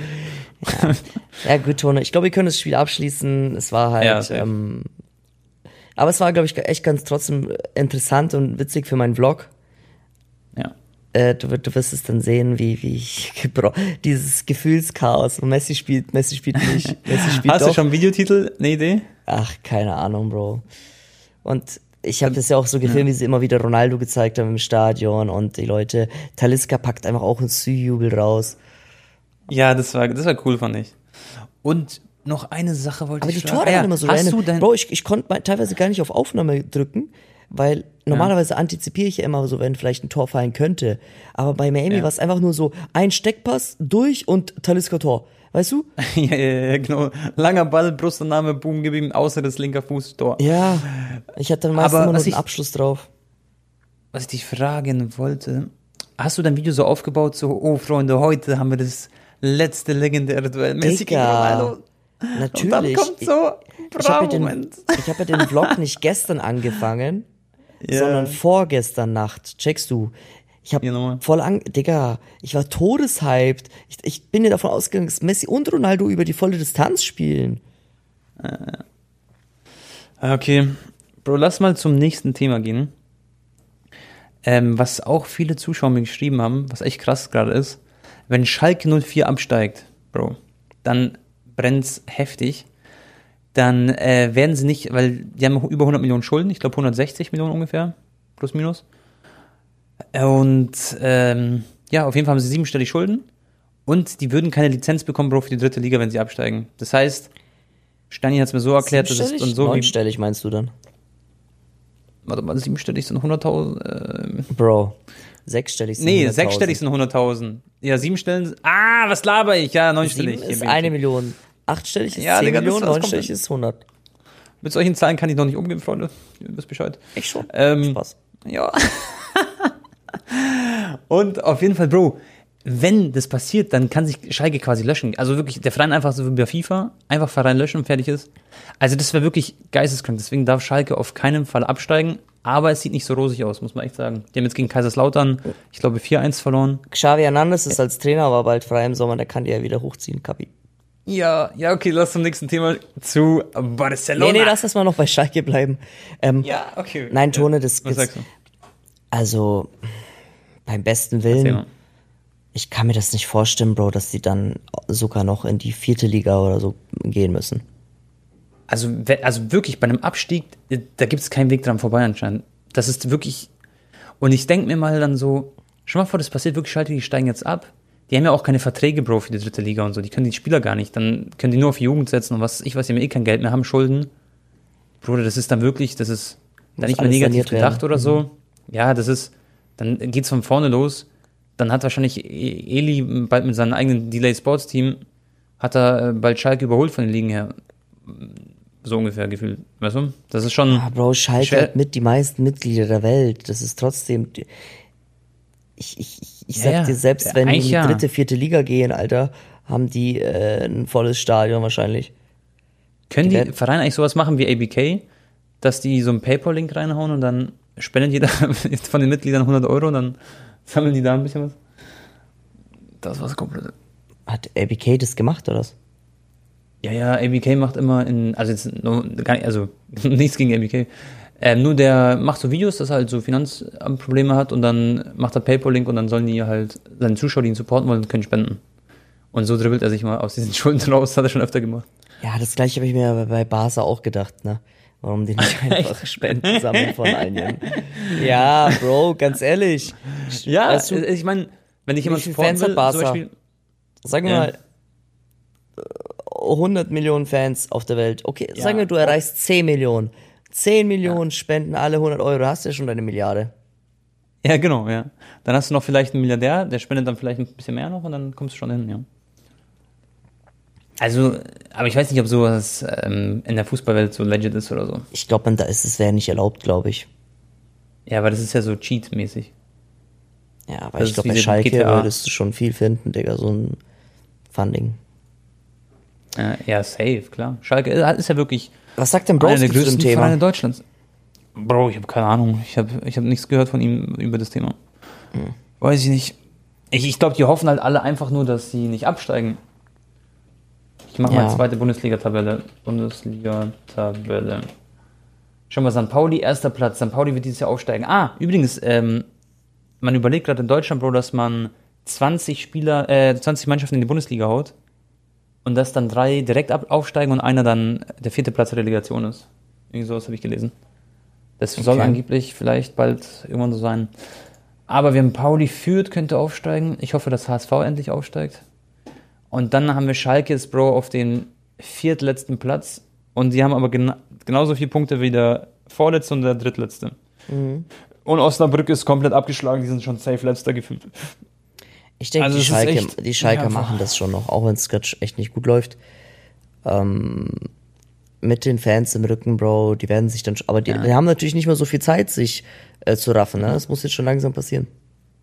Ja, gut, Tone. Ich glaube, wir können das Spiel abschließen. Es war halt, Ja, safe. ähm, aber es war, glaube ich, echt ganz trotzdem interessant und witzig für meinen Vlog. Ja. Äh, du, du wirst es dann sehen, wie, wie ich gebro- dieses Gefühlschaos. Und Messi spielt, Messi spielt nicht, Messi spielt Hast doch. du schon einen Videotitel, eine Idee? Ach, keine Ahnung, Bro. Und ich habe das ja auch so gefilmt, wie sie immer wieder Ronaldo gezeigt haben im Stadion und die Leute, Talisca packt einfach auch einen Sü-Jubel raus. Ja, das war, das war cool, fand ich. Und noch eine Sache wollte Aber ich die fragen. Tore Ah, ja, waren immer so hast random. du dein, Bro, ich, ich konnte mal teilweise gar nicht auf Aufnahme drücken, weil normalerweise antizipiere ich ja immer so, wenn vielleicht ein Tor fallen könnte. Aber bei Miami Ja. war es einfach nur so, ein Steckpass durch und Talisca Tor. Weißt du? ja, ja, ja, genau. Langer Ball, Brustannahme, Boom, gib ihm außer das linker Fuß, Tor. Ja. Ich hatte dann meistens Aber immer nur was den ich- Abschluss drauf. Was ich dich fragen wollte, hast du dein Video so aufgebaut, so, oh Freunde, heute haben wir das letzte legendäre Duell Messi gegen Digga, Ronaldo. natürlich. Und dann kommt so, ich habe ja, den- Moment. ich hab ja den Vlog nicht gestern angefangen, Ja. sondern vorgestern Nacht. Checkst du? Ich hab Ja, nochmal. voll an, Digga, ich war todeshyped. Ich, ich bin ja davon ausgegangen, dass Messi und Ronaldo über die volle Distanz spielen. Okay, Bro, lass mal zum nächsten Thema gehen. Ähm, was auch viele Zuschauer mir geschrieben haben, was echt krass gerade ist, wenn Schalke null vier absteigt, Bro, dann brennt's heftig. Dann äh, werden sie nicht, weil die haben über hundert Millionen Schulden, ich glaube hundertsechzig Millionen ungefähr, plus minus. Und ähm, ja, auf jeden Fall haben sie siebenstellig Schulden und die würden keine Lizenz bekommen, Bro, für die dritte Liga, wenn sie absteigen. Das heißt, Steini hat es mir so erklärt, dass es dann so wie... Neunstellig meinst du dann? Warte mal, siebenstellig sind hunderttausend. Äh, Bro, sechsstellig sind nee, hunderttausend. sechsstellig sind hunderttausend. Ja, siebenstellig. Ah, was laber ich? Ja, neunstellig. Sieben Hier ist bin ich. eine Million. Achtstellig ist Ja, zehn Digga, das- Millionen, das kommt neunstellig hin. ist hundert. Mit solchen Zahlen kann ich noch nicht umgehen, Freunde. Ihr wisst Bescheid. Ich schon. Ähm, Spaß. Ja. Und auf jeden Fall, Bro, wenn das passiert, dann kann sich Schalke quasi löschen. Also wirklich, der Verein einfach so wie bei FIFA, einfach Verein löschen und fertig ist. Also das wäre wirklich geisteskrank. Deswegen darf Schalke auf keinen Fall absteigen. Aber es sieht nicht so rosig aus, muss man echt sagen. Die haben jetzt gegen Kaiserslautern, ich glaube, vier eins verloren. Xavi Hernandez ist als Trainer aber bald frei im Sommer, der kann die ja wieder hochziehen, Kapi. Ja, ja, okay, lass zum nächsten Thema zu Barcelona. Nee, nee, lass das mal noch bei Schalke bleiben. Ähm, Ja, okay. Nein, Tone, das Was das- sagst du? Also, beim besten Erzähl Willen, mal. ich kann mir das nicht vorstellen, Bro, dass die dann sogar noch in die vierte Liga oder so gehen müssen. Also, we- also wirklich, bei einem Abstieg, da gibt es keinen Weg dran vorbei anscheinend. Das ist wirklich. Und ich denke mir mal dann so, schau mal vor, das passiert wirklich, Schalke, die steigen jetzt ab. Die haben ja auch keine Verträge, Bro, für die dritte Liga und so. Die können die Spieler gar nicht. Dann können die nur auf Jugend setzen und was ich weiß, die haben eh kein Geld mehr, haben Schulden. Bruder, das ist dann wirklich, das ist dann Muss nicht mehr alles negativ saniert werden. gedacht oder so. Ja, das ist, dann geht's von vorne los. Dann hat wahrscheinlich E- Eli bald mit seinem eigenen Delay Sports Team, hat er äh, bald Schalke überholt von den Ligen her. So ungefähr gefühlt. Weißt du? Das ist schon. Ah, Bro, Schalke schwer- hat mit die meisten Mitglieder der Welt. Das ist trotzdem. Ich, ich, ich, ich Ja, sag ja. dir, selbst Ja, wenn die in eigentlich die ja. dritte, vierte Liga gehen, Alter, haben die äh, ein volles Stadion wahrscheinlich. Können die die werden- Vereine eigentlich sowas machen wie A B K, dass die so einen PayPal-Link reinhauen und dann spendet jeder von den Mitgliedern hundert Euro und dann sammeln die da ein bisschen was? Das war's komplett. Hat A B K das gemacht, oder was? Ja, ja, A B K macht immer in, also jetzt nur, gar nicht, also nichts gegen A B K. Ähm, nur der macht so Videos, dass er halt so Finanzprobleme hat und dann macht er PayPal-Link und dann sollen die halt seine Zuschauer, die ihn supporten wollen, können spenden. Und so dribbelt er sich mal aus diesen Schulden raus, hat er schon öfter gemacht. Ja, das gleiche habe ich mir bei Barca auch gedacht, ne? Warum die nicht einfach Spenden sammeln von einigen? Ja, Bro, ganz ehrlich. Ja, Weißt du, ich meine, wenn ich wie jemand viele supporten Fans hat will, Barca? zum Beispiel, sagen wir Ja. mal, hundert Millionen Fans auf der Welt. Okay, Ja. sagen wir, du erreichst zehn Millionen. zehn Millionen spenden alle hundert Euro, hast du ja schon deine Milliarde. ja, genau, ja. Dann hast du noch vielleicht einen Milliardär, der spendet dann vielleicht ein bisschen mehr noch und dann kommst du schon hin, ja. Also, aber ich weiß nicht, ob sowas ähm, in der Fußballwelt so legit ist oder so. Ich glaube, da ist es wäre nicht erlaubt, glaube ich. Ja, aber das ist ja so Cheat-mäßig. Ja, aber Das ich ist glaube, wie bei der Schalke G T A. würdest du schon viel finden, Digga, so ein Funding. Ja, ja, safe, klar. Schalke ist ja wirklich Was sagt denn einer Broski der zu dem größten Thema? Vereine Deutschlands. Bro, ich habe keine Ahnung. Ich habe ich hab nichts gehört von ihm über das Thema. Hm. Weiß ich nicht. Ich, ich glaube, die hoffen halt alle einfach nur, dass sie nicht absteigen. Ich mache Ja. mal zweite Bundesliga-Tabelle. Bundesliga-Tabelle. Schon mal Sankt Pauli, erster Platz. Sankt Pauli wird dieses Jahr aufsteigen. Ah, übrigens, ähm, man überlegt gerade in Deutschland, Bro, dass man zwanzig Spieler, äh, zwanzig Mannschaften in die Bundesliga haut. Und dass dann drei direkt ab aufsteigen und einer dann der vierte Platz der Relegation ist. Irgendwie sowas habe ich gelesen. Das soll Okay. angeblich vielleicht bald irgendwann so sein. Aber wir haben Pauli Fürth könnte aufsteigen. Ich hoffe, dass H S V endlich aufsteigt. Und dann haben wir Schalkes, Bro, auf den viertletzten Platz. Und die haben aber gena genauso viele Punkte wie der vorletzte und der drittletzte. Mhm. Und Osnabrück ist komplett abgeschlagen. Die sind schon safe letzter gefühlt. Ich denke, Also die es ist Schalke, echt- die Schalke ja, machen das schon noch, auch wenn es gerade echt nicht gut läuft. Ähm, mit den Fans im Rücken, Bro, die werden sich dann, sch- aber die, Ja. die haben natürlich nicht mehr so viel Zeit, sich äh, zu raffen, ne? Das muss jetzt schon langsam passieren.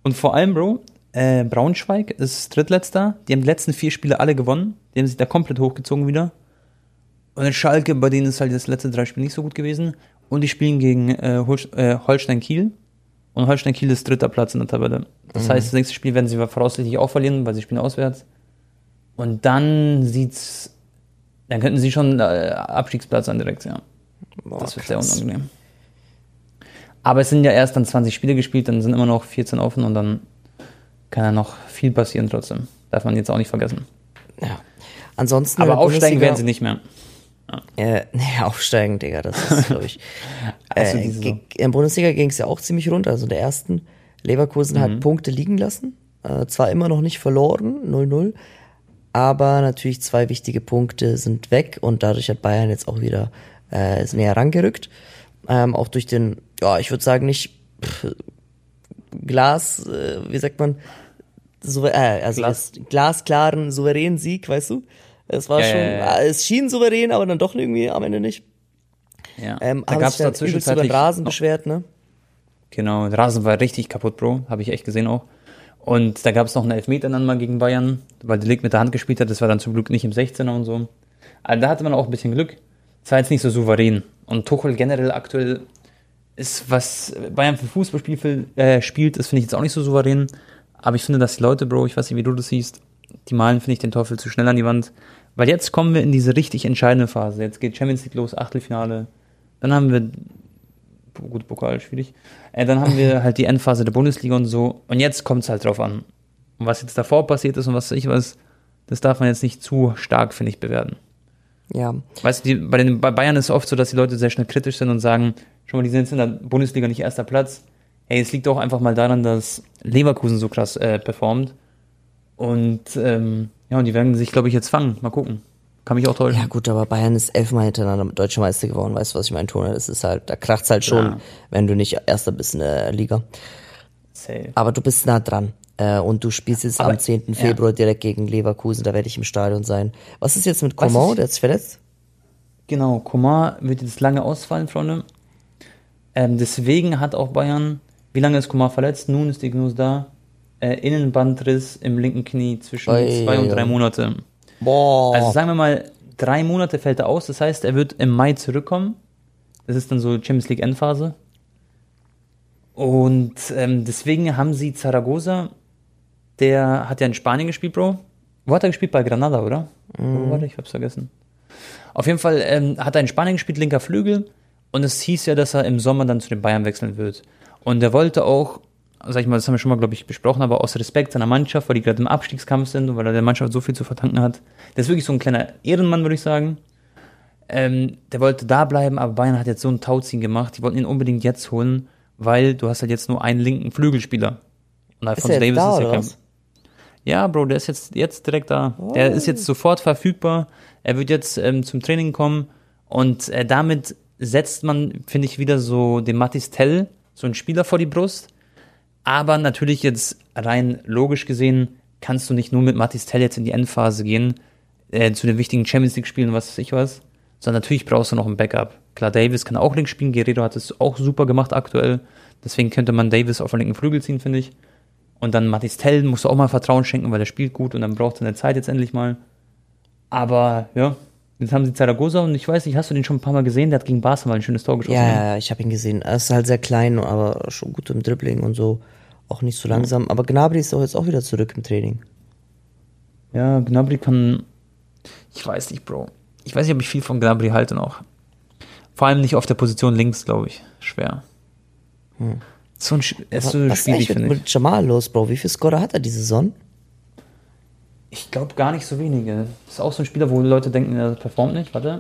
Und vor allem, Bro, äh, Braunschweig ist drittletzter. Die haben die letzten vier Spiele alle gewonnen. Die haben sich da komplett hochgezogen wieder. Und in Schalke, bei denen ist halt das letzte drei Spiele nicht so gut gewesen. Und die spielen gegen äh, Hol äh, Holstein Kiel. Und Holstein Kiel ist dritter Platz in der Tabelle. Das mhm. heißt, das nächste Spiel werden sie voraussichtlich auch verlieren, weil sie spielen auswärts. Und dann sieht's, dann könnten sie schon äh, Abstiegsplatz an direkt, ja. Boah, das wird krass. Sehr unangenehm. Aber es sind ja erst dann zwanzig Spiele gespielt, dann sind immer noch vierzehn offen und dann kann ja noch viel passieren trotzdem. Darf man jetzt auch nicht vergessen. Ja. Ansonsten. Aber aufsteigen werden sie nicht mehr. Ja. Äh, nee, aufsteigen, Digga, das ist, glaube ich. äh, in der Bundesliga ging es ja auch ziemlich runter. Also in der ersten, Leverkusen mhm. hat Punkte liegen lassen. Äh, zwar immer noch nicht verloren, null null, aber natürlich zwei wichtige Punkte sind weg und dadurch hat Bayern jetzt auch wieder äh, ist näher rangerückt. Ähm, auch durch den, ja, ich würde sagen, nicht pff, Glas, äh, wie sagt man, Souver äh, also Glas. glasklaren, souveränen Sieg, weißt du? Es war ja, schon, ja, ja. es schien souverän, aber dann doch irgendwie am Ende nicht. Ja. Ähm, da gab es da zwischenzeitlich über den Rasen beschwert, ne? Genau, der Rasen war richtig kaputt, Bro, habe ich echt gesehen auch. Und da gab es noch einen Elfmeter dann mal gegen Bayern, weil der Lig mit der Hand gespielt hat, das war dann zum Glück nicht im sechzehner und so. Also da hatte man auch ein bisschen Glück. Es war jetzt nicht so souverän. Und Tuchel generell aktuell ist, was Bayern für Fußball spielt, äh, spielt ist, finde ich jetzt auch nicht so souverän. Aber ich finde, dass die Leute, Bro, ich weiß nicht, wie du das siehst, die malen, finde ich, den Teufel zu schnell an die Wand. Weil jetzt kommen wir in diese richtig entscheidende Phase. Jetzt geht Champions League los, Achtelfinale. Dann haben wir, gut, Pokal, schwierig. Äh, dann haben wir halt die Endphase der Bundesliga und so. Und jetzt kommt es halt drauf an. Und was jetzt davor passiert ist und was ich weiß, das darf man jetzt nicht zu stark, finde ich, bewerten. Ja. Weißt du, die, bei den bei Bayern ist es oft so, dass die Leute sehr schnell kritisch sind und sagen, schon mal, die sind jetzt in der Bundesliga nicht erster Platz. Hey, es liegt auch einfach mal daran, dass Leverkusen so krass äh, performt. Und ähm, ja, und die werden sich, glaube ich, jetzt fangen. Mal gucken. Kann mich auch täuschen. Ja gut, aber Bayern ist elfmal hintereinander deutscher Meister geworden. Weißt du, was ich meine, Tone? Das ist halt, da kracht's halt schon, ja. wenn du nicht Erster bist in der Liga. Safe. Aber du bist nah dran. Äh, und du spielst jetzt aber, am zehnten Februar ja. direkt gegen Leverkusen. Da werde ich im Stadion sein. Was ist jetzt mit Coman? Der hat sich verletzt? Genau, Coman wird jetzt lange ausfallen, Freunde. Ähm, deswegen hat auch Bayern, wie lange ist Coman verletzt? Nun ist die Gnose da. Äh, Innenbandriss im linken Knie zwischen Oi, zwei und drei Monate. Boah. Also sagen wir mal, drei Monate fällt er aus. Das heißt, er wird im Mai zurückkommen. Das ist dann so Champions League Endphase. Und ähm, deswegen haben sie Zaragoza, der hat ja in Spanien gespielt, Bro. Wo hat er gespielt? Bei Granada, oder? Mhm. Wo war der? Ich hab's vergessen. Auf jeden Fall ähm, hat er in Spanien gespielt, linker Flügel. Und es hieß ja, dass er im Sommer dann zu den Bayern wechseln wird. Und er wollte auch, sag ich mal, das haben wir schon mal, glaube ich, besprochen, aber aus Respekt seiner Mannschaft, weil die gerade im Abstiegskampf sind und weil er der Mannschaft so viel zu verdanken hat. Der ist wirklich so ein kleiner Ehrenmann, würde ich sagen. Ähm, der wollte da bleiben, aber Bayern hat jetzt so einen Tauziehen gemacht. Die wollten ihn unbedingt jetzt holen, weil du hast halt jetzt nur einen linken Flügelspieler. Und Alphonso Davies da, ist ja oder kein... was? Ja, Bro, der ist jetzt, jetzt direkt da. Oh. Der ist jetzt sofort verfügbar. Er wird jetzt ähm, zum Training kommen und äh, damit setzt man, finde ich, wieder so den Mathis Tell, so einen Spieler vor die Brust. Aber natürlich jetzt rein logisch gesehen kannst du nicht nur mit Mathis Tell jetzt in die Endphase gehen, äh, zu den wichtigen Champions League Spielen, was weiß ich was, sondern natürlich brauchst du noch ein Backup. Klar, Davis kann auch links spielen, Guerrero hat es auch super gemacht aktuell, deswegen könnte man Davis auf den linken Flügel ziehen, finde ich. Und dann Mathis Tell musst du auch mal Vertrauen schenken, weil er spielt gut und dann braucht er eine Zeit jetzt endlich mal. Aber ja, jetzt haben sie Zaragoza und ich weiß nicht, hast du den schon ein paar Mal gesehen? Der hat gegen Barca mal ein schönes Tor geschossen. Ja, ja, ich habe ihn gesehen. Er ist halt sehr klein, aber schon gut im Dribbling und so. Auch nicht so langsam. Aber Gnabry ist doch jetzt auch wieder zurück im Training. Ja, Gnabry kann... Ich weiß nicht, Bro. Ich weiß nicht, ob ich viel von Gnabry halte noch. Vor allem nicht auf der Position links, glaube ich. Schwer. Hm. So ein, ist so Was schwierig, ist finde ich. mit Jamal los, Bro? Wie viel Scorer hat er diese Saison? Ich glaube gar nicht so wenige. Das ist auch so ein Spieler, wo Leute denken, er performt nicht. Warte.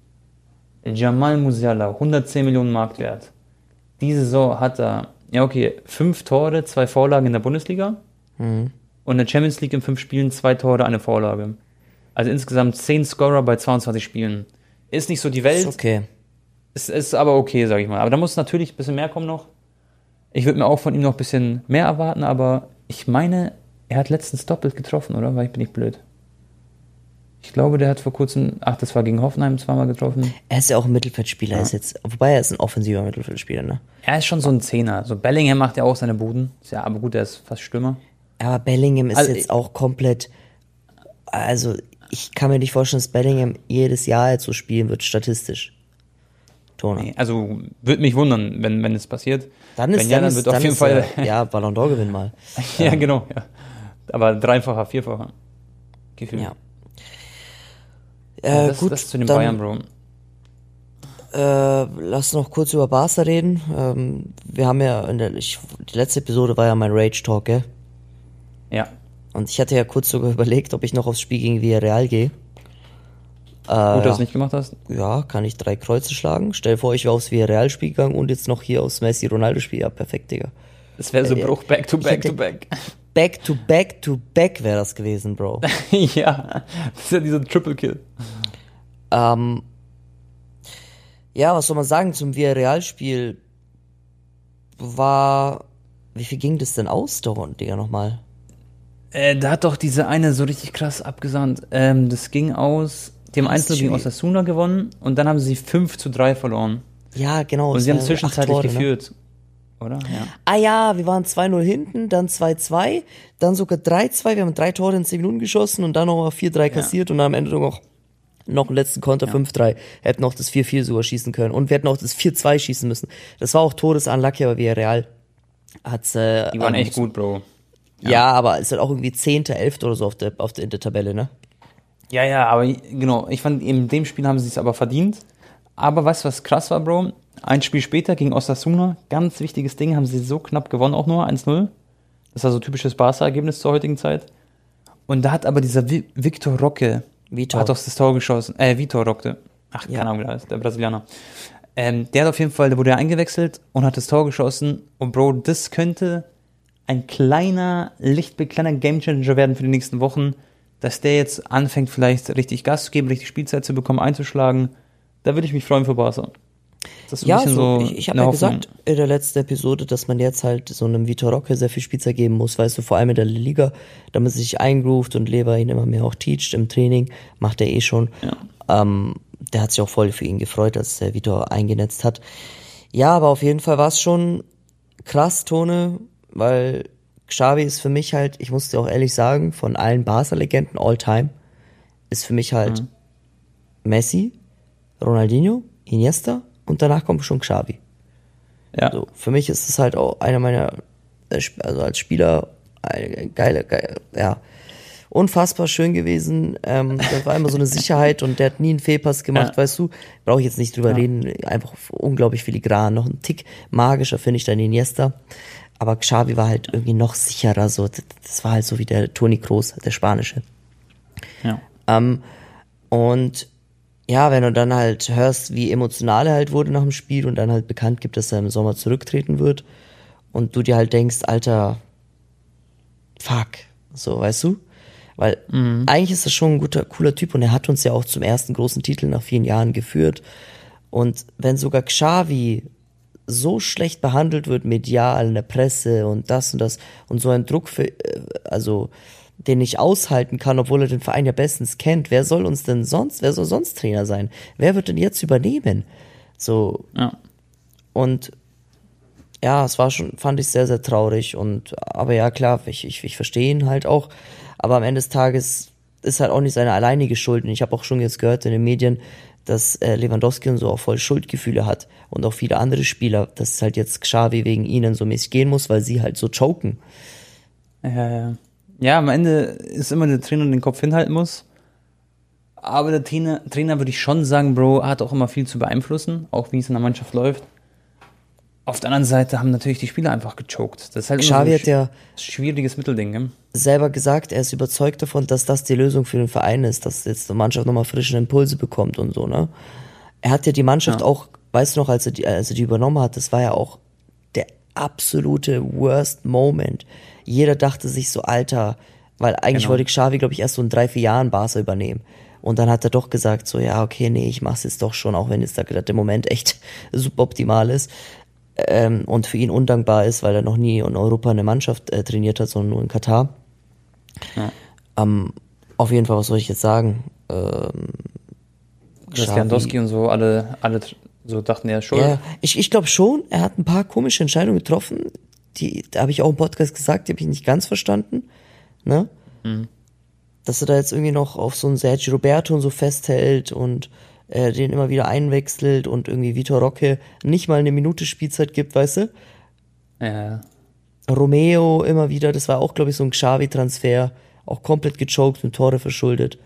Jamal Musiala, hundertzehn Millionen Marktwert. Diese Saison hat er, ja okay, fünf Tore, zwei Vorlagen in der Bundesliga. Mhm. Und in der Champions League in fünf Spielen zwei Tore, eine Vorlage. Also insgesamt zehn Scorer bei zweiundzwanzig Spielen. Ist nicht so die Welt. Ist okay. Ist, ist aber okay, sag ich mal. Aber da muss natürlich ein bisschen mehr kommen noch. Ich würde mir auch von ihm noch ein bisschen mehr erwarten, aber ich meine, er hat letztens doppelt getroffen, oder? Weil ich bin nicht blöd. Ich glaube, der hat vor kurzem, ach, das war gegen Hoffenheim zweimal getroffen. Er ist ja auch ein Mittelfeldspieler, Ja. ist jetzt, wobei er ist ein offensiver Mittelfeldspieler, ne? Er ist schon so ein Zehner. So Bellingham macht ja auch seine Buden. Ist ja, aber gut, der ist fast Stürmer. Aber Bellingham ist Also, jetzt auch komplett, also ich kann mir nicht vorstellen, dass Bellingham jedes Jahr jetzt so spielen wird, statistisch. Tone. Nee, also würde mich wundern, wenn, wenn es passiert. Dann ist, wenn ja, dann dann ist, wird dann auf jeden ist, Fall. äh, ja, Ballon d'Or gewinnen mal. ja, genau, ja. Aber dreifacher, vierfacher. Gefühl. Ja. Ja, Äh, das, gut, das zu den dann, Bayern, Bro. Äh, lass noch kurz über Barca reden. Ähm, wir haben ja, in der, ich, die letzte Episode war ja mein Rage-Talk, gell? Ja. Und ich hatte ja kurz sogar überlegt, ob ich noch aufs Spiel gegen Villarreal gehe. Äh, Gut, dass du ja. es nicht gemacht hast. Ja, kann ich drei Kreuze schlagen. Stell dir vor, ich wäre aufs Villarreal-Spiel gegangen und jetzt noch hier aufs Messi-Ronaldo-Spiel. Ja, perfekt, Digga. Das wäre so Äh, Bruch, back to ich back hätte- to back. Back to back to back wäre das gewesen, Bro. ja, das ist ja dieser Triple Kill. ähm, ja, was soll man sagen zum Villarreal-Spiel? War, wie viel ging das denn aus, da unten, Digga, nochmal? Äh, da hat doch diese eine so richtig krass abgesandt. Ähm, das ging aus, die haben Das ist eins null gegen schwierig. Osasuna gewonnen und dann haben sie fünf zu drei verloren. Ja, genau. Und es sie haben waren zwischenzeitlich acht Tore, ne? geführt. Oder? Ja. Ah ja, wir waren zwei null hinten, dann zwei zwei, dann sogar drei zwei, wir haben drei Tore in zehn Minuten geschossen und dann nochmal vier drei kassiert und dann am Ende noch, noch einen letzten Konter fünf drei. Hätten auch das vier vier sogar schießen können und wir hätten auch das vier zwei schießen müssen. Das war auch todesunlucky, aber Villarreal hat's, äh, Die waren ähm, echt gut, Bro. Ja, aber es ist halt auch irgendwie zehnter, elfter oder so auf der, auf der, in der Tabelle, ne? Ja, ja, aber genau, ich fand, in dem Spiel haben sie es aber verdient. Aber weißt du, was krass war, Bro? Ein Spiel später gegen Osasuna, ganz wichtiges Ding, haben sie so knapp gewonnen, auch nur eins null. Das war so typisches Barca-Ergebnis zur heutigen Zeit. Und da hat aber dieser Vi- Victor Roque, Vitor. hat doch das Tor geschossen, äh, Vitor Roque, ach, keine Ja. Ahnung, wie der heißt, der Brasilianer. Ähm, der hat auf jeden Fall, der wurde ja eingewechselt und hat das Tor geschossen. Und Bro, das könnte ein kleiner Lichtblick, kleiner Gamechanger werden für die nächsten Wochen, dass der jetzt anfängt, vielleicht richtig Gas zu geben, richtig Spielzeit zu bekommen, einzuschlagen. Da würde ich mich freuen für Barca. Das ist ein Ja, bisschen so, so ich, ich habe eine ja Hoffnung. gesagt in der letzten Episode, dass man jetzt halt so einem Vitor Roque sehr viel Spielzeit geben muss, weißt du, vor allem in der Liga, damit er sich eingroovt und Lever ihn immer mehr auch teacht im Training, macht er eh schon. Ja. Ähm, der hat sich auch voll für ihn gefreut, dass der Vitor eingenetzt hat. Ja, aber auf jeden Fall war es schon krass, Tone, weil Xavi ist für mich halt, ich muss dir auch ehrlich sagen, von allen Barca-Legenden all time, ist für mich halt Mhm. Messi, Ronaldinho, Iniesta und danach kommt schon Xavi. Ja. So, für mich ist es halt auch einer meiner, äh, Sp- also als Spieler, eine geile, geile, ja, unfassbar schön gewesen. Ähm, das war immer so eine Sicherheit und der hat nie einen Fehlpass gemacht, Ja. weißt du. Brauche ich jetzt nicht drüber Ja. reden. Einfach unglaublich filigran. Noch ein Tick magischer finde ich dann Iniesta. Aber Xavi war halt irgendwie noch sicherer. So, das, das war halt so wie der Toni Kroos, der Spanische. Ja. Ähm, und ja, wenn du dann halt hörst, wie emotional er halt wurde nach dem Spiel und dann halt bekannt gibt, dass er im Sommer zurücktreten wird und du dir halt denkst, Alter, fuck, so, weißt du? Weil eigentlich ist das schon ein guter, cooler Typ und er hat uns ja auch zum ersten großen Titel nach vielen Jahren geführt. Und wenn sogar Xavi so schlecht behandelt wird, medial, in der Presse und das und das und so ein Druck für, äh, also den nicht aushalten kann, obwohl er den Verein ja bestens kennt, wer soll uns denn sonst, wer soll sonst Trainer sein? Wer wird denn jetzt übernehmen? So, Ja. und ja, es war schon, fand ich sehr, sehr traurig und, aber ja, klar, ich, ich, ich verstehe ihn halt auch, aber am Ende des Tages ist halt auch nicht seine alleinige Schuld und ich habe auch schon jetzt gehört in den Medien, dass äh, Lewandowski und so auch voll Schuldgefühle hat und auch viele andere Spieler, dass halt jetzt Xavi wegen ihnen so mäßig gehen muss, weil sie halt so choken. Ja, ja, am Ende ist immer der Trainer, der den Kopf hinhalten muss. Aber der Trainer, Trainer würde ich schon sagen, Bro, hat auch immer viel zu beeinflussen, auch wie es in der Mannschaft läuft. Auf der anderen Seite haben natürlich die Spieler einfach gechoked. Das ist halt Xavi immer hat so ein ja sch- schwieriges Mittelding, gell? selber gesagt, er ist überzeugt davon, dass das die Lösung für den Verein ist, dass jetzt die Mannschaft nochmal frische Impulse bekommt und so, ne? Er hat ja die Mannschaft Ja. auch, weißt du noch, als er, die, als er die übernommen hat, das war ja auch der absolute worst Moment. Jeder dachte sich so, Alter, weil eigentlich Genau. wollte Xavi, glaube ich, erst so in drei, vier Jahren Barca übernehmen. Und dann hat er doch gesagt, so, ja, okay, nee, ich mach's jetzt doch schon, auch wenn jetzt da gerade der Moment echt suboptimal ist. Ähm, und für ihn undankbar ist, weil er noch nie in Europa eine Mannschaft äh, trainiert hat, sondern nur in Katar. Ja. Ähm, auf jeden Fall, was soll ich jetzt sagen? ähm, Dass Lewandowski und so alle, alle so dachten, er ist schuld. Ja, ich, ich glaube schon, er hat ein paar komische Entscheidungen getroffen, die, da habe ich auch im Podcast gesagt, die habe ich nicht ganz verstanden, ne? Mhm. Dass er da jetzt irgendwie noch auf so einen Sergio Roberto und so festhält und äh, den immer wieder einwechselt und irgendwie Vitor Roque nicht mal eine Minute Spielzeit gibt, weißt du? Ja. Romeo immer wieder, das war auch, glaube ich, so ein Xavi-Transfer, auch komplett gechoked und Tore verschuldet.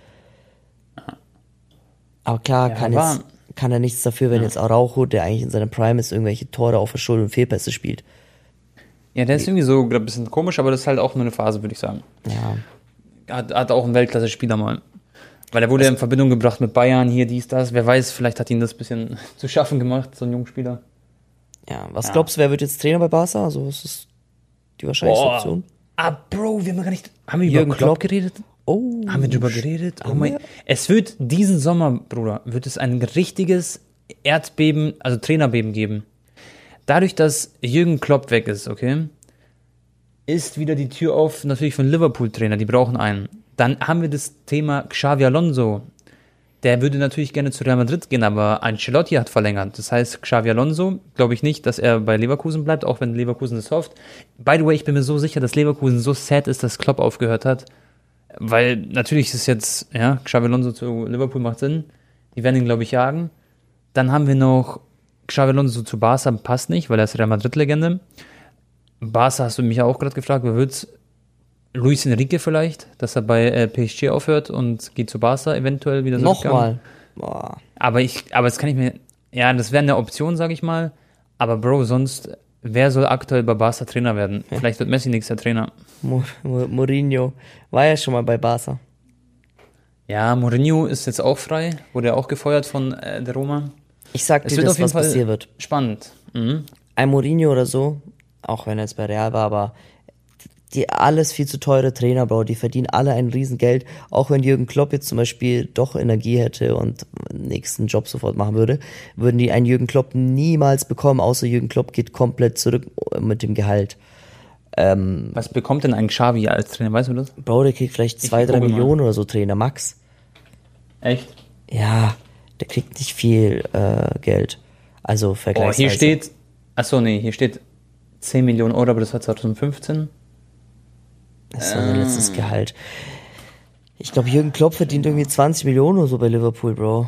Aber klar, Ja, kann, war- jetzt, kann er nichts dafür, wenn Ja. jetzt Araujo, der eigentlich in seiner Prime ist, irgendwelche Tore auch verschuldet und Fehlpässe spielt. Ja, der ist irgendwie so ein bisschen komisch, aber das ist halt auch nur eine Phase, würde ich sagen. Ja. Hat, hat auch einen Weltklasse-Spieler mal. Weil er wurde ja in Verbindung gebracht mit Bayern, hier, dies, das. Wer weiß, vielleicht hat ihn das ein bisschen zu schaffen gemacht, so ein junger Spieler. Ja, was Ja. glaubst du, wer wird jetzt Trainer bei Barca? Also, was ist die wahrscheinlichste Boah. Option? Ah, Bro, wir haben gar nicht. Haben wir Jürgen über Klopp Klopp. geredet? Oh. Haben wir drüber geredet? Oh haben mein, wir? es wird diesen Sommer, Bruder, wird es ein richtiges Erdbeben, also Trainerbeben geben. Dadurch, dass Jürgen Klopp weg ist, okay, ist wieder die Tür auf, natürlich von Liverpool-Trainer, die brauchen einen. Dann haben wir das Thema Xavi Alonso. Der würde natürlich gerne zu Real Madrid gehen, aber Ancelotti hat verlängert. Das heißt, Xavi Alonso, glaube ich nicht, dass er bei Leverkusen bleibt, auch wenn Leverkusen das hofft. By the way, ich bin mir so sicher, dass Leverkusen so sad ist, dass Klopp aufgehört hat. Weil natürlich ist jetzt, ja, Xavi Alonso zu Liverpool macht Sinn. Die werden ihn, glaube ich, jagen. Dann haben wir noch Xavi Alonso zu Barca, passt nicht, weil er ist Real Madrid-Legende. Barca hast du mich auch gerade gefragt, wer wird's? Luis Enrique vielleicht, dass er bei äh, P S G aufhört und geht zu Barca eventuell wieder zurückkommen. Nochmal. Boah. Aber ich, aber das kann ich mir, ja, das wäre eine Option, sage ich mal. Aber Bro, sonst, wer soll aktuell bei Barca Trainer werden? Vielleicht wird Messi nächster Trainer. Mo- Mo- Mourinho war ja schon mal bei Barca. Ja, Mourinho ist jetzt auch frei, wurde ja auch gefeuert von äh, der Roma. Ich sag Es dir wird das, auf jeden was Fall passieren wird. spannend. Mhm. Ein Mourinho oder so, auch wenn er jetzt bei Real war, aber die alles viel zu teure Trainer, Bro, die verdienen alle ein Riesengeld. Auch wenn Jürgen Klopp jetzt zum Beispiel doch Energie hätte und den nächsten Job sofort machen würde, würden die einen Jürgen Klopp niemals bekommen, außer Jürgen Klopp geht komplett zurück mit dem Gehalt. Ähm, Was bekommt denn ein Xavi als Trainer, weißt du das? Bro, der kriegt vielleicht zwei, drei google mal. Millionen oder so Trainer, Max. Echt? Ja, der kriegt nicht viel äh, Geld. Also Oh, vergleichsweise. hier steht, achso, nee, hier steht zehn Millionen Euro, aber das war zwanzig fünfzehn. Das war sein letztes Gehalt. Ich glaube, Jürgen Klopp verdient irgendwie zwanzig Millionen oder so bei Liverpool, Bro.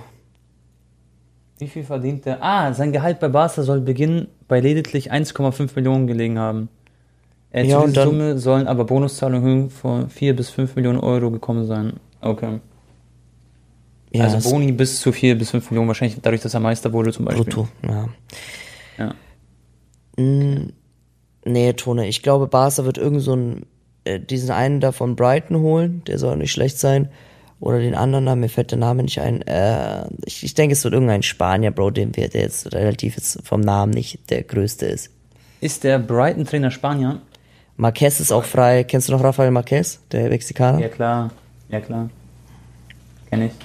Wie viel verdient er? Ah, sein Gehalt bei Barca soll beginnen bei lediglich eins Komma fünf Millionen gelegen haben. Äh, Ja, zu und dieser dann- Summe sollen aber Bonuszahlungen von vier bis fünf Millionen Euro gekommen sein. Okay. Ja, also ist Boni bis zu vier bis fünf Millionen, wahrscheinlich dadurch, dass er Meister wurde zum Beispiel. brutto, ja. Ja. Mm, nee, Tone, ich glaube, Barca wird irgend so einen, äh, diesen einen da von Brighton holen, der soll nicht schlecht sein. Oder den anderen, da, mir fällt der Name nicht ein. Äh, ich, ich denke, es wird irgendein Spanier, Bro, den wir, der jetzt relativ jetzt vom Namen nicht der größte ist. Ist der Brighton-Trainer Spanier? Marquez ist auch frei. Kennst du noch Rafael Marquez, der Mexikaner? Ja klar, ja klar. Kenn ich.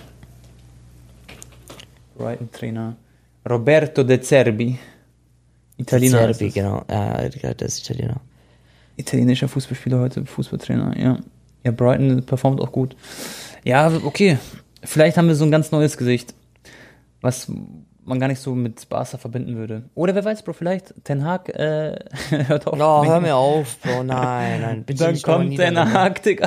Brighton-Trainer. Roberto De Zerbi. Italiener. Serbi, ist das. genau. Ja, der ist Italiener. Italienischer Fußballspieler heute, Fußballtrainer, ja. Ja, Brighton performt auch gut. Ja, okay. Vielleicht haben wir so ein ganz neues Gesicht, was man gar nicht so mit Barca verbinden würde. Oder wer weiß, Bro, vielleicht Ten Hag äh, hört auf. Oh, hör mir auf, Bro, nein, nein, bitte Dann nicht nochmal kommt Ten Niederlande. Hag, Digga.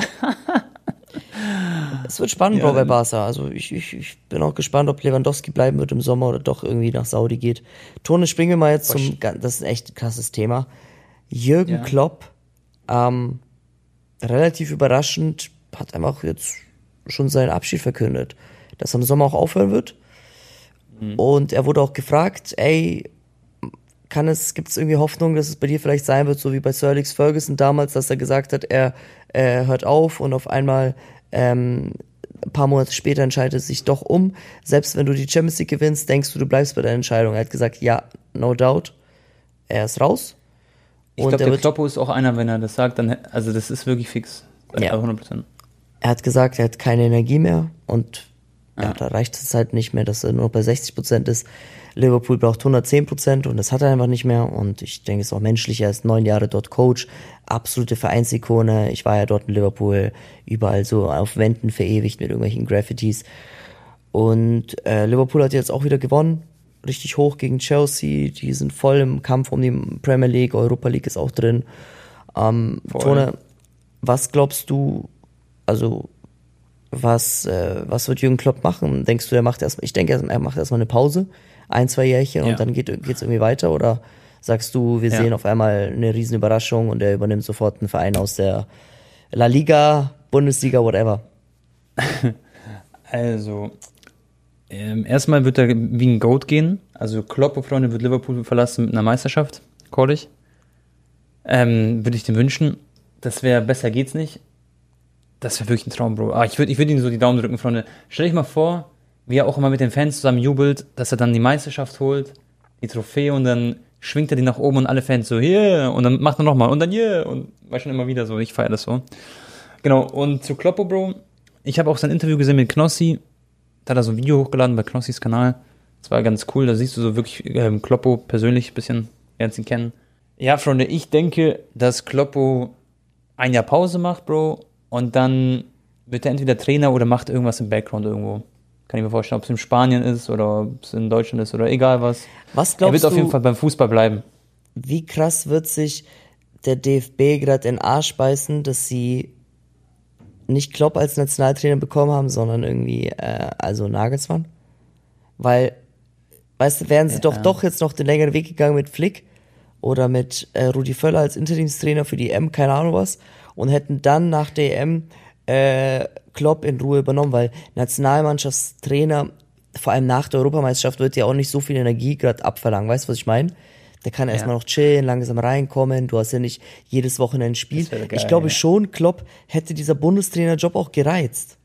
Es wird spannend, Ja, Bro, bei dann- Barca. Also ich, ich, ich bin auch gespannt, ob Lewandowski bleiben wird im Sommer oder doch irgendwie nach Saudi geht. Tone, springen wir mal jetzt Boah, zum, das ist echt ein krasses Thema. Jürgen Ja. Klopp, ähm, relativ überraschend, hat einfach jetzt schon seinen Abschied verkündet, dass er im Sommer auch aufhören wird. Und er wurde auch gefragt, ey, kann es, gibt es irgendwie Hoffnung, dass es bei dir vielleicht sein wird, so wie bei Sir Alex Ferguson damals, dass er gesagt hat, er äh, hört auf und auf einmal ähm, ein paar Monate später entscheidet er sich doch um. Selbst wenn du die Champions League gewinnst, denkst du, du bleibst bei deiner Entscheidung. Er hat gesagt, ja, no doubt, er ist raus. Ich Und glaube, er der wird- Kloppo ist auch einer, wenn er das sagt, dann, also das ist wirklich fix. Ja. hundert Prozent. Er hat gesagt, er hat keine Energie mehr und ja, Ja. da reicht es halt nicht mehr, dass er nur noch bei sechzig Prozent ist. Liverpool braucht hundertzehn Prozent und das hat er einfach nicht mehr. Und ich denke, es ist auch menschlich. Er ist neun Jahre dort Coach, absolute Vereinsikone. Ich war ja dort in Liverpool, überall so auf Wänden verewigt mit irgendwelchen Graffitis. Und äh, Liverpool hat jetzt auch wieder gewonnen, richtig hoch gegen Chelsea. Die sind voll im Kampf um die Premier League, Europa League ist auch drin. Ähm, Tone, was glaubst du, also was äh, was wird Jürgen Klopp machen? Denkst du, er macht erst, ich denke, er macht erstmal eine Pause, ein, zwei Jährchen, ja. und dann geht geht's irgendwie weiter? Oder sagst du, wir ja. sehen auf einmal eine riesen Überraschung und er übernimmt sofort einen Verein aus der La Liga, Bundesliga, whatever? Also, ähm, erstmal wird er wie ein Goat gehen. Also Klopp, Freunde, wird Liverpool verlassen mit einer Meisterschaft, call ich. Ähm, würde ich dem wünschen. Das wäre, besser geht's nicht. Das wäre wirklich ein Traum, Bro. Ah, ich würde ich würd ihm so die Daumen drücken, Freunde. Stell dich mal vor, wie er auch immer mit den Fans zusammen jubelt, dass er dann die Meisterschaft holt, die Trophäe, und dann schwingt er die nach oben und alle Fans so, yeah, und dann macht er nochmal und dann yeah, und war schon immer wieder so. Ich feiere das so. Genau, und zu Kloppo, Bro, ich habe auch sein Interview gesehen mit Knossi. Da hat er so ein Video hochgeladen bei Knossis Kanal. Das war ganz cool, da siehst du so wirklich ähm, Kloppo persönlich ein bisschen, lernst ihn kennen. Ja, Freunde, ich denke, dass Kloppo ein Jahr Pause macht, Bro, und dann wird er entweder Trainer oder macht irgendwas im Background irgendwo. Kann ich mir vorstellen, ob es in Spanien ist oder ob es in Deutschland ist oder egal was. Was glaubst du? Er wird auf jeden Fall beim Fußball bleiben. Wie krass wird sich der D F B gerade in den Arsch beißen, dass sie nicht Klopp als Nationaltrainer bekommen haben, sondern irgendwie, äh, also Nagelsmann? Weil, weißt du, wären sie ja. doch doch jetzt noch den längeren Weg gegangen mit Flick oder mit äh, Rudi Völler als Interimstrainer für die E M, keine Ahnung was, und hätten dann nach der E M äh, Klopp in Ruhe übernommen, weil Nationalmannschaftstrainer, vor allem nach der Europameisterschaft, wird ja auch nicht so viel Energie gerade abverlangen, weißt du, was ich meine? Der kann ja. erstmal noch chillen, langsam reinkommen, du hast ja nicht jedes Wochenende ein Spiel. Geil, ich glaube ja. schon, Klopp hätte dieser Bundestrainerjob auch gereizt.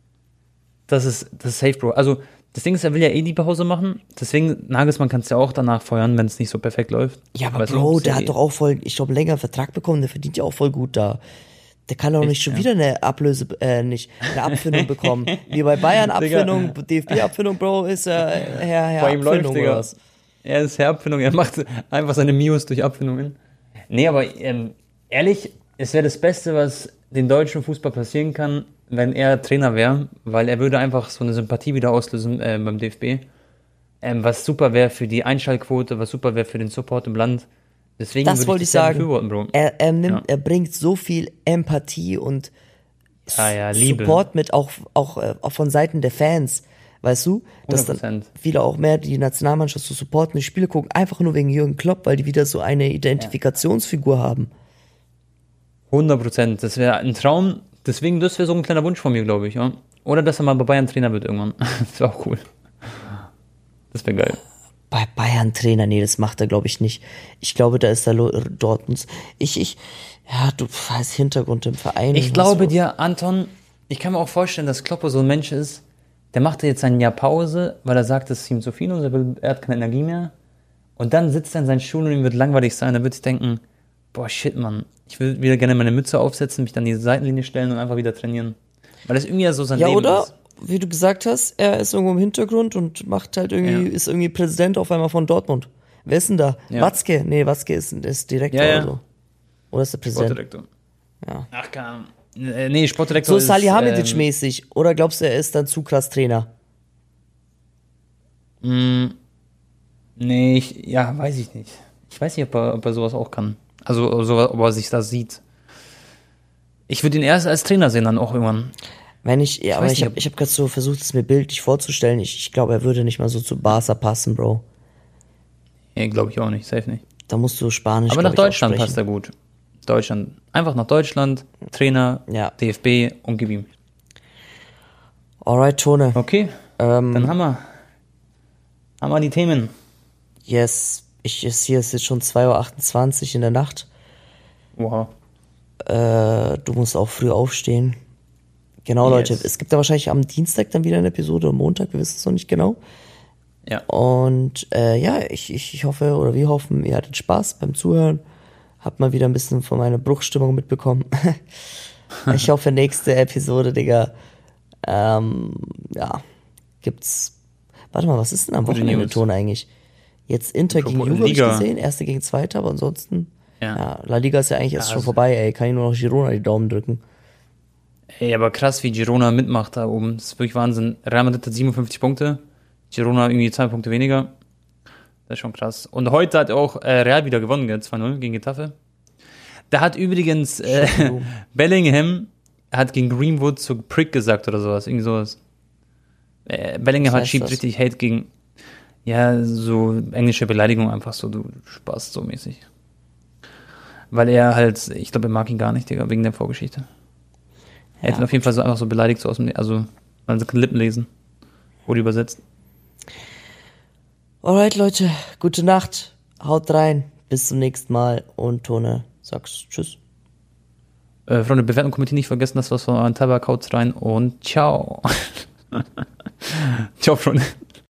Das ist, das ist safe, Bro. Also, das Ding ist, er will ja eh die Pause machen, deswegen, Nagelsmann kannst du ja auch danach feuern, wenn es nicht so perfekt läuft. Ja, aber weißt Bro, du, der hat eh doch auch voll, ich glaube, einen längeren Vertrag bekommen, der verdient ja auch voll gut da. Der kann doch nicht schon ja. wieder eine Ablöse, äh, nicht, eine Abfindung bekommen. Wie bei Bayern Abfindung, D F B-Abfindung, Bro, ist er äh, Herr, Herr bei ihm Abfindung läuft, oder was? Er ist Herr Abfindung, er macht einfach seine Mios durch Abfindungen. Nee, aber ähm, ehrlich, es wäre das Beste, was den deutschen Fußball passieren kann, wenn er Trainer wäre, weil er würde einfach so eine Sympathie wieder auslösen äh, beim D F B. Ähm, was super wäre für die Einschaltquote, was super wäre für den Support im Land. Deswegen das wollte ich sagen. Bro. Er, er, nimmt, ja. er bringt so viel Empathie und ja, ja, Liebe. Support mit, auch, auch, auch von Seiten der Fans. Weißt du, dass hundert Prozent. Dann viele auch mehr die Nationalmannschaft zu supporten, die Spiele gucken, einfach nur wegen Jürgen Klopp, weil die wieder so eine Identifikationsfigur ja. haben. hundert Prozent. Das wäre ein Traum. Deswegen, das wäre so ein kleiner Wunsch von mir, glaube ich. Ja? Oder dass er mal bei Bayern Trainer wird irgendwann. Das wäre auch cool. Das wäre geil. Bei Bayern Trainer, nee, das macht er, glaube ich, nicht. Ich glaube, da ist der Dortmunds. Ich, ich, ja, du weißt Hintergrund im Verein. Ich glaube so. dir, Anton, ich kann mir auch vorstellen, dass Klopp so ein Mensch ist, der macht jetzt ein Jahr Pause, weil er sagt, es ist ihm zu viel und er, will, er hat keine Energie mehr. Und dann sitzt er in seinen Schuhen und ihm wird langweilig sein. Er wird sich denken, boah, shit, Mann, ich will wieder gerne meine Mütze aufsetzen, mich dann in die Seitenlinie stellen und einfach wieder trainieren. Weil das irgendwie ja so sein ja, Leben oder? ist. Wie du gesagt hast, er ist irgendwo im Hintergrund und macht halt irgendwie, ja. ist irgendwie Präsident auf einmal von Dortmund. Wer ist denn da? Ja. Watzke? Nee, Watzke ist, ist Direktor ja, ja. oder so. Oder ist der Präsident? Sportdirektor. Ja. Ach, keine Ahnung. Nee, Sportdirektor so ist... So Salihamidzic-mäßig. Ähm, oder glaubst du, er ist dann zu krass Trainer? Mm, nee, ich, ja, weiß ich nicht. Ich weiß nicht, ob er, ob er sowas auch kann. Also, so, ob er sich das sieht. Ich würde ihn erst als Trainer sehen, dann auch irgendwann. Wenn ich, ja, ich aber ich habe ich hab gerade so versucht, es mir bildlich vorzustellen. Ich, ich glaube, er würde nicht mal so zu Barca passen, Bro. Nee, glaube ich auch nicht, safe nicht. Da musst du Spanisch, aber nach Deutschland passt er gut. Deutschland. Einfach nach Deutschland, Trainer, ja. D F B und gib ihm. Alright, Tone. Okay, ähm, dann haben wir, haben wir die Themen. Yes, ich sehe es jetzt schon zwei Uhr achtundzwanzig in der Nacht. Wow. Äh, du musst auch früh aufstehen. Genau, yes. Leute, es gibt ja wahrscheinlich am Dienstag dann wieder eine Episode, am Montag, wir wissen es noch nicht genau. Ja. Und äh, ja, ich, ich, ich hoffe, oder wir hoffen, ihr hattet Spaß beim Zuhören. Habt mal wieder ein bisschen von meiner Bruchstimmung mitbekommen. Ich hoffe, nächste Episode, Digga, ähm, ja, gibt's, warte mal, was ist denn am Wochenende Ton eigentlich? Jetzt Inter gegen Juve habe ich gesehen, erste gegen zweite, aber ansonsten, ja. ja, La Liga ist ja eigentlich erst ja, schon also vorbei, ey, kann ich nur noch Girona die Daumen drücken. Ey, aber krass, wie Girona mitmacht da oben, das ist wirklich Wahnsinn. Real Madrid hat siebenundfünfzig Punkte, Girona irgendwie zwei Punkte weniger, das ist schon krass. Und heute hat auch äh, Real wieder gewonnen, zwei null gegen Getafe. Da hat übrigens äh, Bellingham hat gegen Greenwood zu Prick gesagt oder sowas, irgendwie sowas. Äh, Bellingham hat schiebt das? richtig Hate gegen, ja, so englische Beleidigung einfach so, du Spaß so mäßig. Weil er halt, ich glaube, er mag ihn gar nicht, Digga, wegen der Vorgeschichte. Er ja, hat ihn auf jeden Fall so einfach so beleidigt, so aus dem, also, man kann Lippen lesen. Wurde übersetzt. Alright, Leute, gute Nacht, haut rein, bis zum nächsten Mal und Tone, sag's tschüss. Äh, Freunde, Bewertung, kommentieren nicht vergessen, das war's von euren Tabak, haut rein und ciao. Ciao, Freunde.